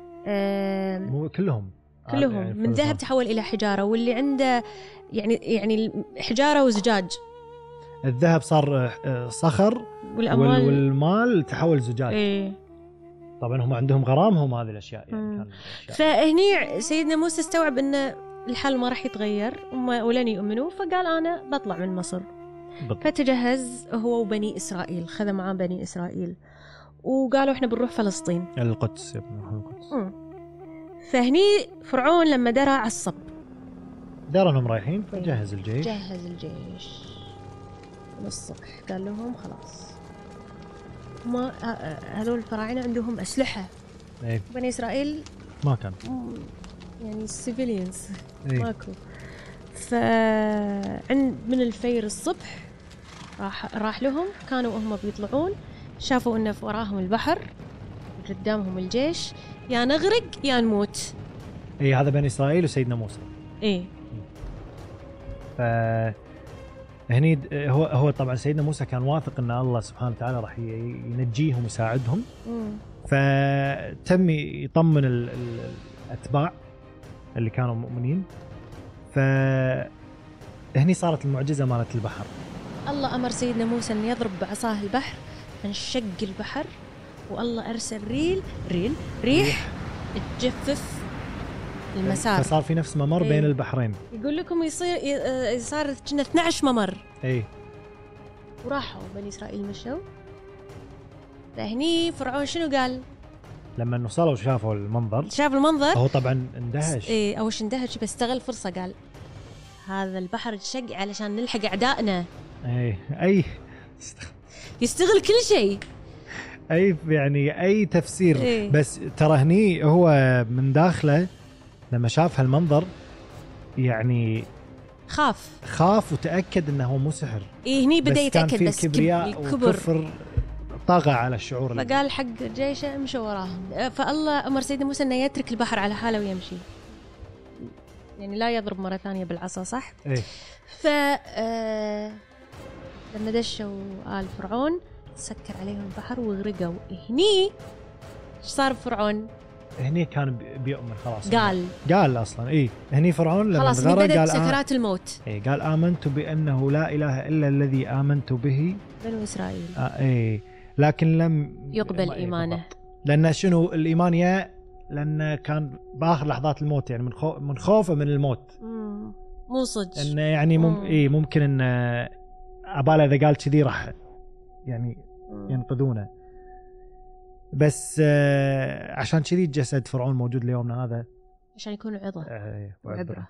كلهم من ذهب تحول الى حجاره، واللي عنده يعني حجاره وزجاج. الذهب صار صخر، والمال تحول زجاج. طبعا هم عندهم غرامهم هذه الاشياء يعني فهني سيدنا موسى استوعب ان الحال ما راح يتغير ولن يؤمنوا، فقال انا بطلع من مصر. فتجهز هو وبني إسرائيل، خذ معاه بني إسرائيل وقالوا إحنا بنروح فلسطين، القدس، القدس. فهني فرعون لما درى عصب، درى انهم رايحين، فجهز الجيش. جهز الجيش من الصبح، قال لهم خلاص ما هذول الفراعنة عندهم أسلحة. بني إسرائيل ما كان يعني سيفيليانز ماكو. فعند من الفير الصبح راح لهم، كانوا هم بيطلعون شافوا انه وراهم البحر قدامهم الجيش، يا نغرق يا نموت. هذا بني اسرائيل وسيدنا موسى. هني هو طبعا سيدنا موسى كان واثق ان الله سبحانه وتعالى راح ينجيهم ويساعدهم. فتم يطمن الاتباع اللي كانوا مؤمنين. هني صارت المعجزة مالت البحر. الله أمر سيدنا موسى أن يضرب بعصاه البحر، فانشق البحر، والله أرسل ريح تجفف المسار، فصار في نفس ممر بين البحرين. يقول لكم صار كنا 12 ممر. وراحوا بني إسرائيل مشوا. فهني فرعون شنو قال لما وصلوا وشافوا المنظر؟ هو طبعا اندهش. أول شيء اندهش، بس استغل فرصة، قال هذا البحر تشق علشان نلحق أعدائنا. يستغل كل شيء. يعني أي تفسير. بس ترى هني هو من داخله لما شاف هالمنظر يعني خاف وتأكد أنه هو مو سحر. هني بدأ يتأكد، بس كبرياء وكفر طغى على الشعور. فقال حق جيشه امشوا وراهم. فالله أمر سيدنا موسى أنه يترك البحر على حاله ويمشي، يعني لا يضرب مرة ثانية بالعصا، صح؟ لما دشوا آل فرعون سكر عليهم البحر وغرقوا. هني ايش صار بفرعون؟ هني كان بيؤمن خلاص. قال اصلا هني فرعون لما خلاص بدأت سكرات الموت. قال آمنت بأنه لا إله إلا الذي آمنت به بنو إسرائيل. لكن لم يقبل إيمانه. لأن شنو الإيمان؟ لأن كان بآخر لحظات الموت، يعني من خوفه من الموت. مو صدق إنه يعني ممكن إن عباله إذا قال كذي راح يعني ينقذونه. بس عشان كذي جسد فرعون موجود ليومنا هذا، عشان يكون عظة وعبرة.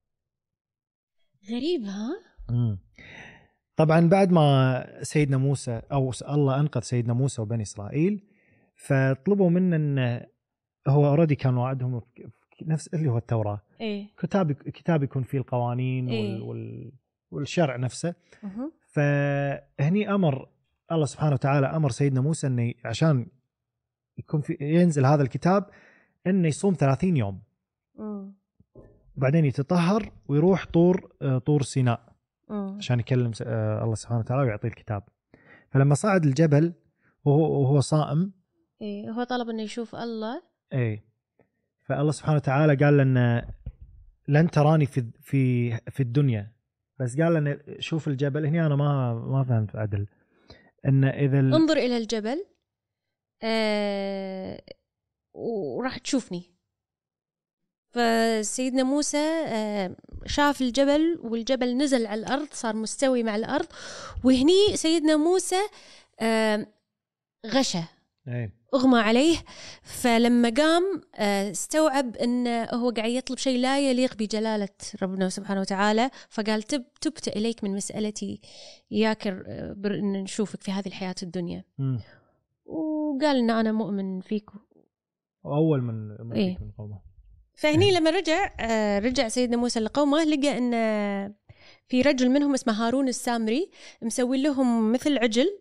غريب ها؟ طبعا بعد ما سيدنا موسى أو الله أنقذ سيدنا موسى وبني إسرائيل، فطلبوا منه أن هو أوريدي كان وعدهم نفس اللي هو التوراة. كتاب يكون فيه القوانين والشرع نفسه. فهني أمر الله سبحانه وتعالى أمر سيدنا موسى أنه عشان يكون ينزل هذا الكتاب أنه يصوم 30 يوم، وبعدين يتطهر ويروح طور سيناء عشان يكلم الله سبحانه وتعالى ويعطيه الكتاب. فلما صعد الجبل وهو صائم، هو طلب أنه يشوف الله. فالله سبحانه وتعالى قال لنا لن تراني في الدنيا، بس قال لنا شوف الجبل. هنا أنا ما فهمت عدل. إن إذا انظر إلى الجبل وراح تشوفني. فسيدنا موسى شاف الجبل، والجبل نزل على الأرض، صار مستوي مع الأرض. وهني سيدنا موسى غشى، أغمى عليه. فلما قام استوعب أنه هو قاعد يطلب شيء لا يليق بجلالة ربنا سبحانه وتعالى. فقال تبت إليك من مسألتي إياك أن نشوفك في هذه الحياة الدنيا. وقال أن أنا مؤمن فيك وأول من فيك من قومه. فهني لما رجع سيدنا موسى لقومه، لقى أن في رجل منهم اسمه هارون السامري مسوي لهم مثل عجل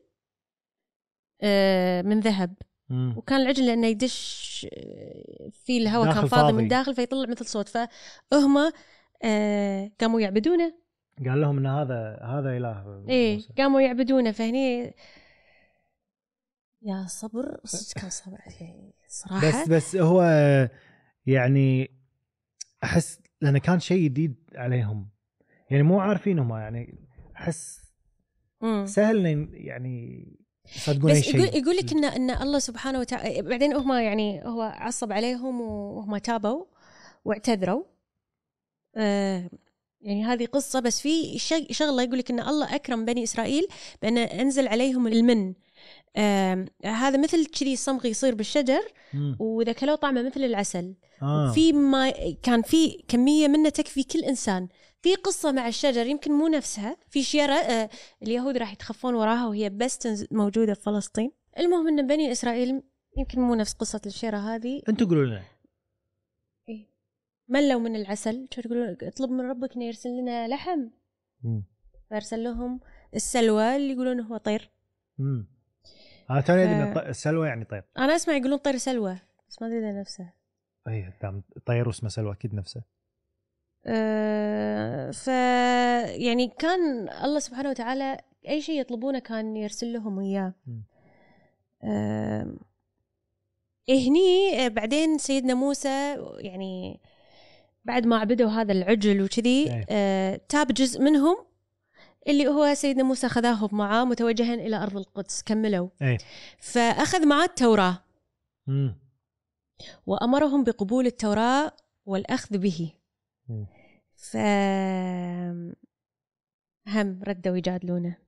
من ذهب. وكان العجل لأنه يدش في الهواء كان فاضي من داخل، فيطلع مثل صوت. فهم قاموا يعبدونه. قال لهم ان هذا اله. قاموا يعبدونه. فهني يا صبر، كان صبر صراحة. بس هو يعني احس لانه كان شيء جديد عليهم، يعني مو عارفينهم، يعني احس سهل يعني صدقون بس يقول لك ان الله سبحانه وتعالى بعدين هم يعني هو عصب عليهم وهم تابوا واعتذروا. يعني هذه قصة. بس في شغلة يقول لك ان الله اكرم بني اسرائيل بان انزل عليهم المن. هذا مثل كذي صمغ يصير بالشجر، واذا كلوا طعمه مثل العسل. في ما كان في كمية منه تكفي كل انسان. في قصة مع الشجر يمكن مو نفسها، في شيرة اليهود راح يتخفون وراها وهي بس موجودة في فلسطين. المهم ان بني اسرائيل يمكن مو نفس قصة الشيرة هذه. انتوا قولوا لنا ملوا من العسل، شو تقولون؟ اطلب من ربك انه يرسل لنا لحم. فارسل لهم السلوى اللي يقولون هو طير. انا توني ادري السلوى يعني طير. انا اسمع يقولون طير سلوى، بس ما ادري اذا نفسه. طير واسمه سلوى اكيد نفسه. يعني كان الله سبحانه وتعالى اي شيء يطلبونه كان يرسل لهم اياه. هني بعدين سيدنا موسى يعني بعد ما عبدوا هذا العجل وكذي تاب جزء منهم اللي هو سيدنا موسى خذاهم معاه متوجها إلى أرض القدس كملوا. فأخذ معاه التوراة وأمرهم بقبول التوراة والأخذ به. هم ردوا يجادلونه.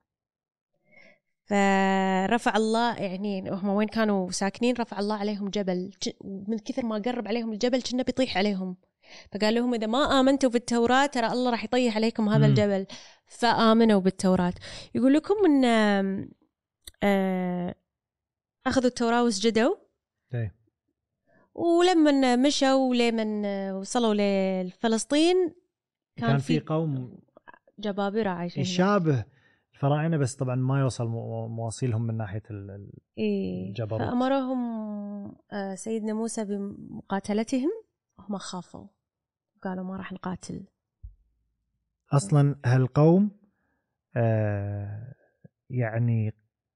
فرفع الله، يعني هم وين كانوا ساكنين، رفع الله عليهم جبل، ومن كثر ما قرب عليهم الجبل كنا بيطيح عليهم. فقال لهم إذا ما آمنتوا بالتوراة ترى الله راح يطيح عليكم هذا الجبل. فآمنوا بالتوراة. يقول لكم إن أخذوا التوراة وسجدوا. ولما مشوا لمن وصلوا لفلسطين كان في قوم جبابرة عايشين يشابه الفراعنة، بس طبعا ما يوصل مواصيلهم من ناحية الجبروت. فأمرهم سيدنا موسى بمقاتلتهم، هم خافوا قالوا ما راح نقاتل. أصلا هالقوم يعني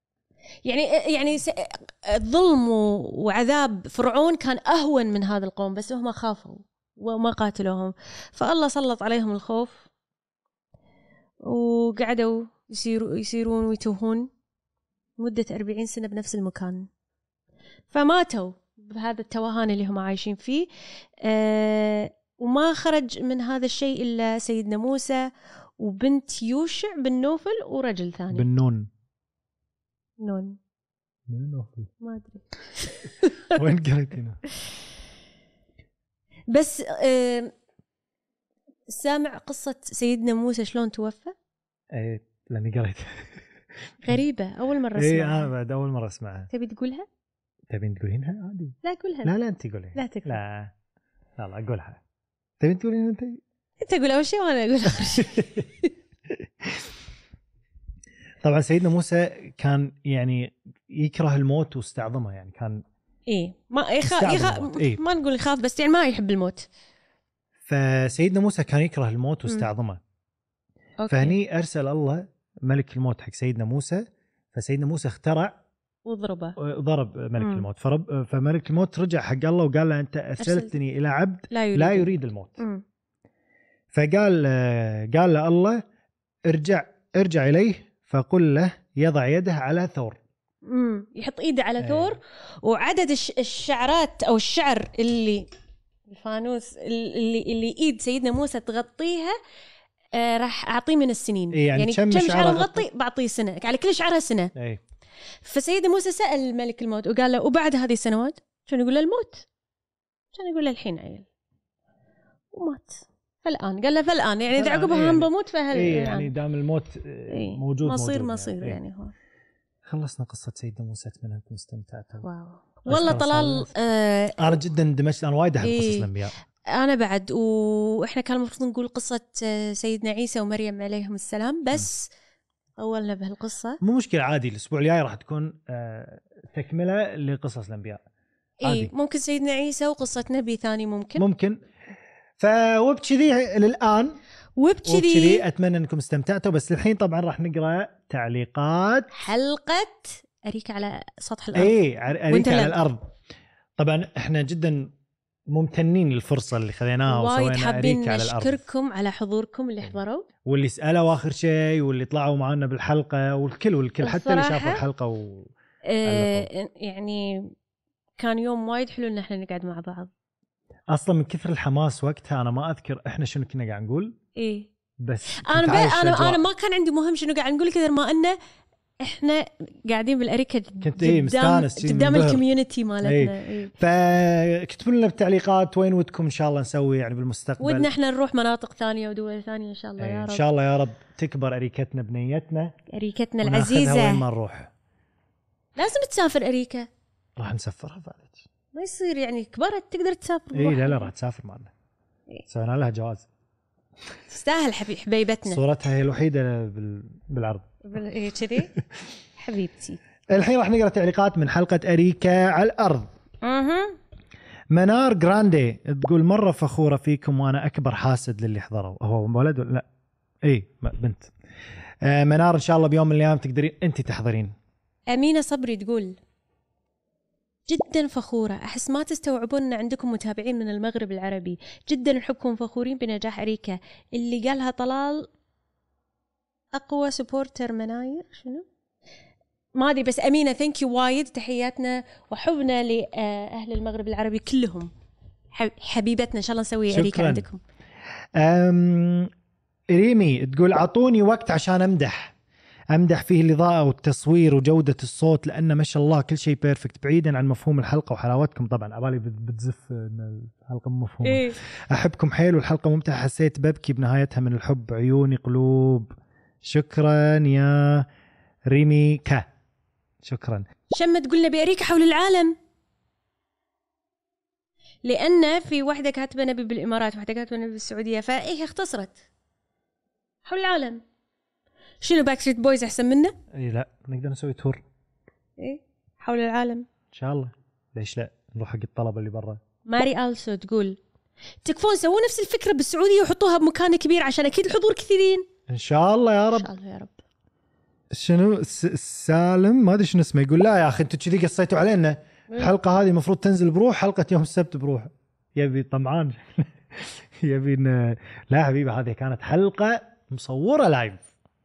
الظلم وعذاب فرعون كان أهون من هذا القوم، بس هم خافوا وما قاتلوهم. فالله سلط عليهم الخوف وقعدوا يسيرون ويتوهون مدة 40 سنة بنفس المكان. فماتوا بهذا التوهان اللي هم عايشين فيه. وما خرج من هذا الشيء إلا سيدنا موسى وبنت يوشع بن نوفل ورجل ثاني بالنون نون نوفل ما أدري وين قريتينه. بس سامع قصة سيدنا موسى شلون توفى؟ ايه لاني قريت. غريبة أول مرة أسمعها. ايه انا بعد أول مرة أسمعها. تبي تقولها؟ تبين تقولينها عادي؟ لا قولها. لا أنت قوليها. لا تكفي. لا أقولها. تبين تقولين أنت؟ أنت قول أول شيء وأنا أقول آخر شيء. طبعا سيدنا موسى كان يعني يكره الموت واستعظمه، يعني كان ما ما نقول يخاف، بس يعني ما يحب الموت. فسيدنا موسى كان يكره الموت واستعظمه. فهني أرسل الله ملك الموت حق سيدنا موسى، فسيدنا موسى اخترع وضرب ملك الموت. فملك الموت رجع حق الله وقال له أنت أرسلتني إلى عبد لا يريد الموت. فقال له الله ارجع إليه فقل له يضع يده على ثور. يحط إيده على ثور. وعدد الشعرات أو الشعر اللي الفانوس اللي إيد سيدنا موسى تغطيها راح أعطيه من السنين. يعني كم شعر مغطي بعطيه سنة، على كل شعرها سنة. فسيدنا موسى سأل ملك الموت وقال له وبعد هذه السنوات شنو يقول له الموت؟ كان يقول له الحين عيل ومات. فالآن قال له فالآن يعني إذا عقبها هم بموت فهل يعني دام الموت موجود مصير يعني هو. خلصنا قصة سيدنا موسى، أتمنى أنكم استمتعتوا. والله طلال أنا جدا اندمجت، أنا وايد أحب قصص الأنبياء. أنا بعد. وإحنا كان المفروض نقول قصة سيدنا عيسى ومريم عليهم السلام، بس أولنا بهالقصة. مو مشكلة عادي، الأسبوع الجاي راح تكون تكملة لقصص الأنبياء. ممكن سيدنا عيسى وقصة نبي ثاني ممكن. وبكذي للآن وبكذي أتمنى أنكم استمتعتوا. بس الحين طبعا راح نقرأ تعليقات حلقة أريكة على سطح الأرض. أريكة على الأرض. طبعا احنا جدا ممتنين للفرصة اللي خذيناها وسوينا أريكة على الأرض. نشكركم على حضوركم اللي حضروا واللي سألوا آخر شيء واللي طلعوا معنا بالحلقة والكل حتى اللي شافوا الحلقة يعني كان يوم وايد حلو إن احنا نقعد مع بعض. أصلا من كثر الحماس وقتها أنا ما أذكر إحنا شنو كنا قاعد نقول. بس أنا ما كان عندي مهم شنو قاعد نقول كثر ما إنه إحنا قاعدين بالأريكة قدام الكوميونتي مالتنا. فاكتبوا لنا بالتعليقات وين ودكم إن شاء الله نسوي يعني بالمستقبل. ودنا إحنا نروح مناطق ثانية ودول ثانية إن شاء الله يا رب. إن شاء الله يا رب تكبر أريكتنا بنيتنا، أريكتنا العزيزة. وين ما نروح لازم تسافر أريكة. راح نسافرها بعد. ما يصير يعني كبرت تقدر تسافر. لا راح تسافر معنا. سوينا لها جواز. تستاهل حبيبتنا. صورتها هي الوحيدة بالعرض. كذي حبيبتي. الحين راح نقرأ تعليقات من حلقة أريكة على الأرض. منار جراندي تقول مرة فخورة فيكم وأنا أكبر حاسد للي حضروا. هو ولد ولا لا؟ بنت. منار إن شاء الله بيوم من الأيام تقدرين أنت تحضرين. أمينة صبري تقول جدا فخورة، أحس ما تستوعبون أن عندكم متابعين من المغرب العربي. جدا نحبكم، فخورين بنجاح أريكا. اللي قالها طلال أقوى سبورتر مناير شنو ما أدري، بس أمينة ثانك يو وايد، تحياتنا وحبنا لأهل المغرب العربي كلهم، حبيبتنا. إن شاء الله نسوي أريكا عندكم. ريمي تقول عطوني وقت عشان أمدح فيه الإضاءة والتصوير وجودة الصوت، لأن ما شاء الله كل شيء بيرفكت، بعيدا عن مفهوم الحلقة وحلاوتكم. طبعا أبالي بتزف إن الحلقة مفهومة. إيه؟ أحبكم حيل والحلقة ممتعة، حسيت ببكي بنهايتها من الحب، عيوني قلوب. شكرا يا ريمي كا، شكرا. شمة تقولنا بأريكا حول العالم، لأن في واحدة كاتبة نبي بالإمارات واحدة كاتبة نبي بالسعودية، فإيه اختصرت حول العالم. شنو باك ستريت بويز أحسن منه؟ إيه لا نقدر نسوي تور. إيه حول العالم إن شاء الله، ليش لا، نروح حق الطلبة اللي برا. ماري ألسو تقول تكفون سووا نفس الفكرة بالسعودية وحطوها بمكان كبير عشان أكيد الحضور كثيرين. إن شاء الله يا رب. إن شاء الله يا رب. شنو سالم ما ادري شنو اسمه، يقول لا يا اخي انتوا كذي قصيتوا علينا، الحلقه هذه المفروض تنزل بروح، حلقه يوم السبت بروح. يبي طمعان يبي لا حبيبي، هذه كانت حلقه مصوره لايف.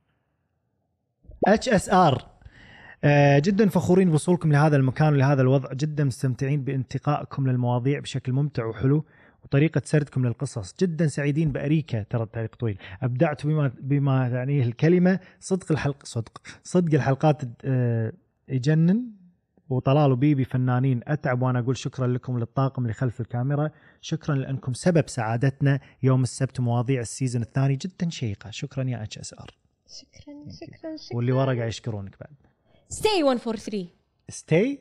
HSR جدا فخورين بوصولكم لهذا المكان ولهذا الوضع، جدا مستمتعين بانتقائكم للمواضيع بشكل ممتع وحلو، وطريقة سردكم للقصص. جدا سعيدين بأريكا، ترى التاريخ طويل، أبدعت بما تعنيه الكلمة. صدق الحلقات يجنن. وطلال وبيبي فنانين، أتعب وأنا أقول شكرا لكم للطاقم اللي خلف الكاميرا، شكرا لأنكم سبب سعادتنا يوم السبت. مواضيع السيزن الثاني جدا شيقة. شكرا يا HSR. شكرا. واللي ورا قاعد يشكرونك بعد. Stay 143 Stay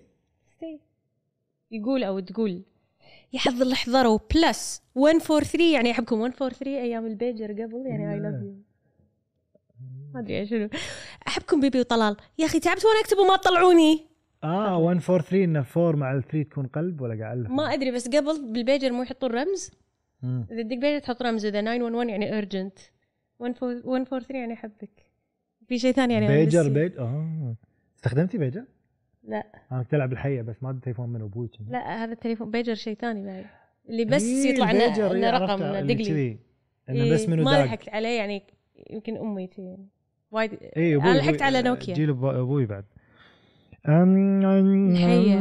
يقول أو تقول يا حظ اللي حضروا بلس 143، يعني أحبكم 143 أيام البيجر قبل، يعني I love you. ما أدري شنو. أحبكم بيبي وطلال. يا أخي تعبت وأنا أكتب وما تطلعوني. 143 إن 4 مع ال 3 تكون قلب ولا قاعد لها؟ ما أدري، بس قبل بالبيجر مو يحطون رمز. إذا تدق بيجر تحط رمز، إذا 911 يعني urgent، 143 يعني أحبك. في شيء ثاني يعني بيجر استخدمتي بيجر؟ لا أنا تلعب الحية بس ما عندي تليفون من أبوي. لا هذا التليفون بيجر شيء ثاني بعد، اللي بس يطلع لنا رقم دقلي. إنه بس منو ما لحقت عليه، يعني يمكن أمي تي وايد. أنا لحقت على نوكيا. جيل أبوي بعد. الحية.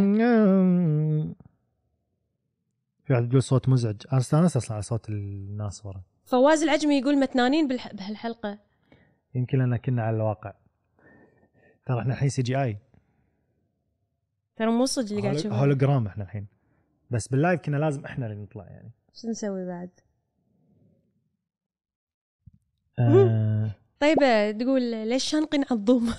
في واحد يقول صوت مزعج. أنا استانس أصلا على صوت الناس ورا. فواز العجمي يقول متنانين بهالحلقة. يمكن لأن كنا على الواقع، ترى احنا الحين CGI، ترى مو صدق اللي قاعد تشوفه، هولوجرام احنا الحين، بس باللايف كنا لازم احنا اللي نطلع. يعني شو نسوي بعد؟ طيب تقول ليش شنقي نعظم؟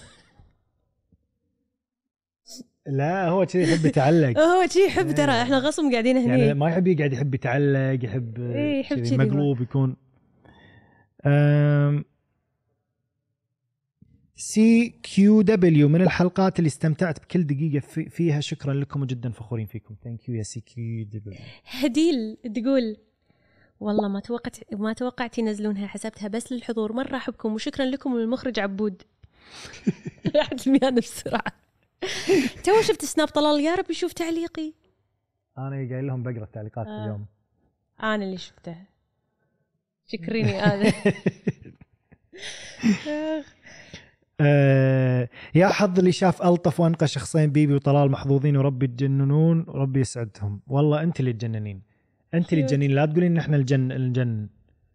لا هو كذي يحب يتعلق. هو كذي يحب، ترى احنا غصم قاعدين هنا، يعني ما يحب يقعد، يحب يتعلق، يحب كذي مقلوب يكون. CQW من الحلقات اللي استمتعت بكل دقيقة فيها، شكرا لكم وجدا فخورين فيكم. ثانك يو يا CQW. هديل تقول والله ما توقعت ينزلونها، حسبتها بس للحضور. مرة أحبكم وشكرا لكم والمخرج عبود. راحت المياه بسرعة. تو شفت سناب طلال، يا رب يشوف تعليقي. أنا قايل لهم بقرأ التعليقات اليوم. أنا اللي شفته، شكريني أنا. يا حظ اللي شاف ألطف وأنقى شخصين، بيبي وطلال محظوظين وربي تجننون وربي يسعدهم. والله أنت اللي تجننين، أنت اللي تجننين، لا تقولين إن إحنا الجن.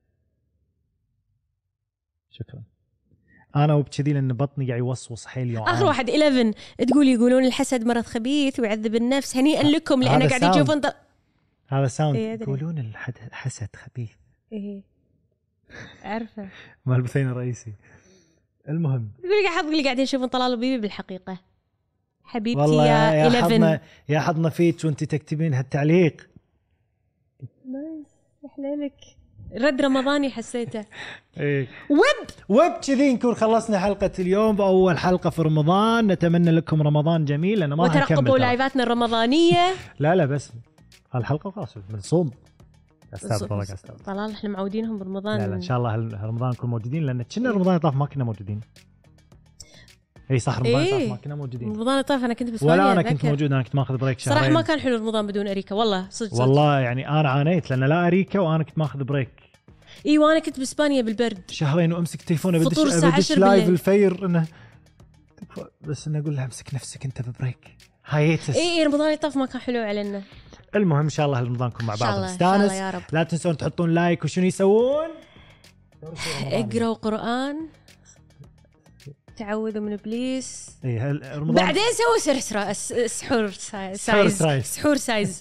شكرا. أنا وبكذي لأن بطني قاعد يوصوص حيل يوم. آخر واحد 11 تقول يقولون الحسد مرض خبيث ويعذب النفس. هنيئا لكم لأن قاعد يشوفون هذا ساوند. يقولون الحسد خبيث. إيه عارفة مال بثين الرئيسي. المهم يقول لك حظ اللي قاعدين يشوفون طلال وبيبي بالحقيقة. حبيبتي والله يا 11 يا حظنا فيك وانت تكتبين هالتعليق. نايس احلالك. رد رمضاني حسيته. ايه ويب كذي نكون خلصنا حلقة اليوم بأول حلقة في رمضان. نتمنى لكم رمضان جميل. لأنه ما وترقبوا لايفاتنا الرمضانية. لا بس هالحلقة خلاص بنصوم. طلال احنا معودينهم برمضان. لا ان شاء الله رمضان نكون موجودين، لان كنا رمضان طاف ما كنا موجودين. اي صح رمضان طاف ما كنا موجودين. رمضان طاف انا كنت باسبانيا ولا انا كنت موجود، انا كنت ماخذ بريك شهرين. صراحه ما كان حلو رمضان بدون اريكا والله صدق. والله يعني انا عانيت لان لا اريكا وانا كنت ماخذ بريك. ايوه انا كنت باسبانيا بالبرد شهرين وامسك تليفوني بدش لايف الفير انه بس انه اقول لها امسك نفسك انت ببريك هايتس. اي رمضان طاف ما كان حلو علينا. المهم ان شاء الله رمضانكم مع بعض نستانس. لا تنسون تحطون لايك وشنو يسوون؟ اقرأوا قرآن، تعوذوا من ابليس. اي بعدين سووا سحور سايز.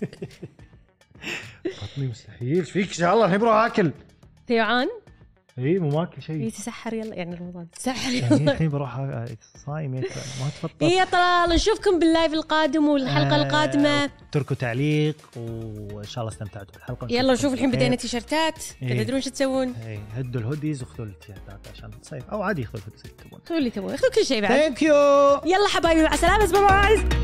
بطني مستحيل. ايش فيك ان شاء الله الحين بروح اكل ثيوان. اي مو ماكل شيء. يتسحر يلا يعني رمضان تسحر يعني الحين بروح صايم ما تفطر. يا طلال نشوفكم باللايف القادم والحلقه القادمه. تركوا تعليق وان شاء الله استمتعتوا بالحلقه. يلا نشوف الحين بدينا تيشرتات تدرون شو تسوون. هدوا الهوديز وخذوا التيشرتات عشان تصيف او عادي خذوا الهوديز تبون. خذوا اللي تبون، خذوا كل شيء بعد. ثانك يو. يلا حبايبي مع السلامه. باي باي.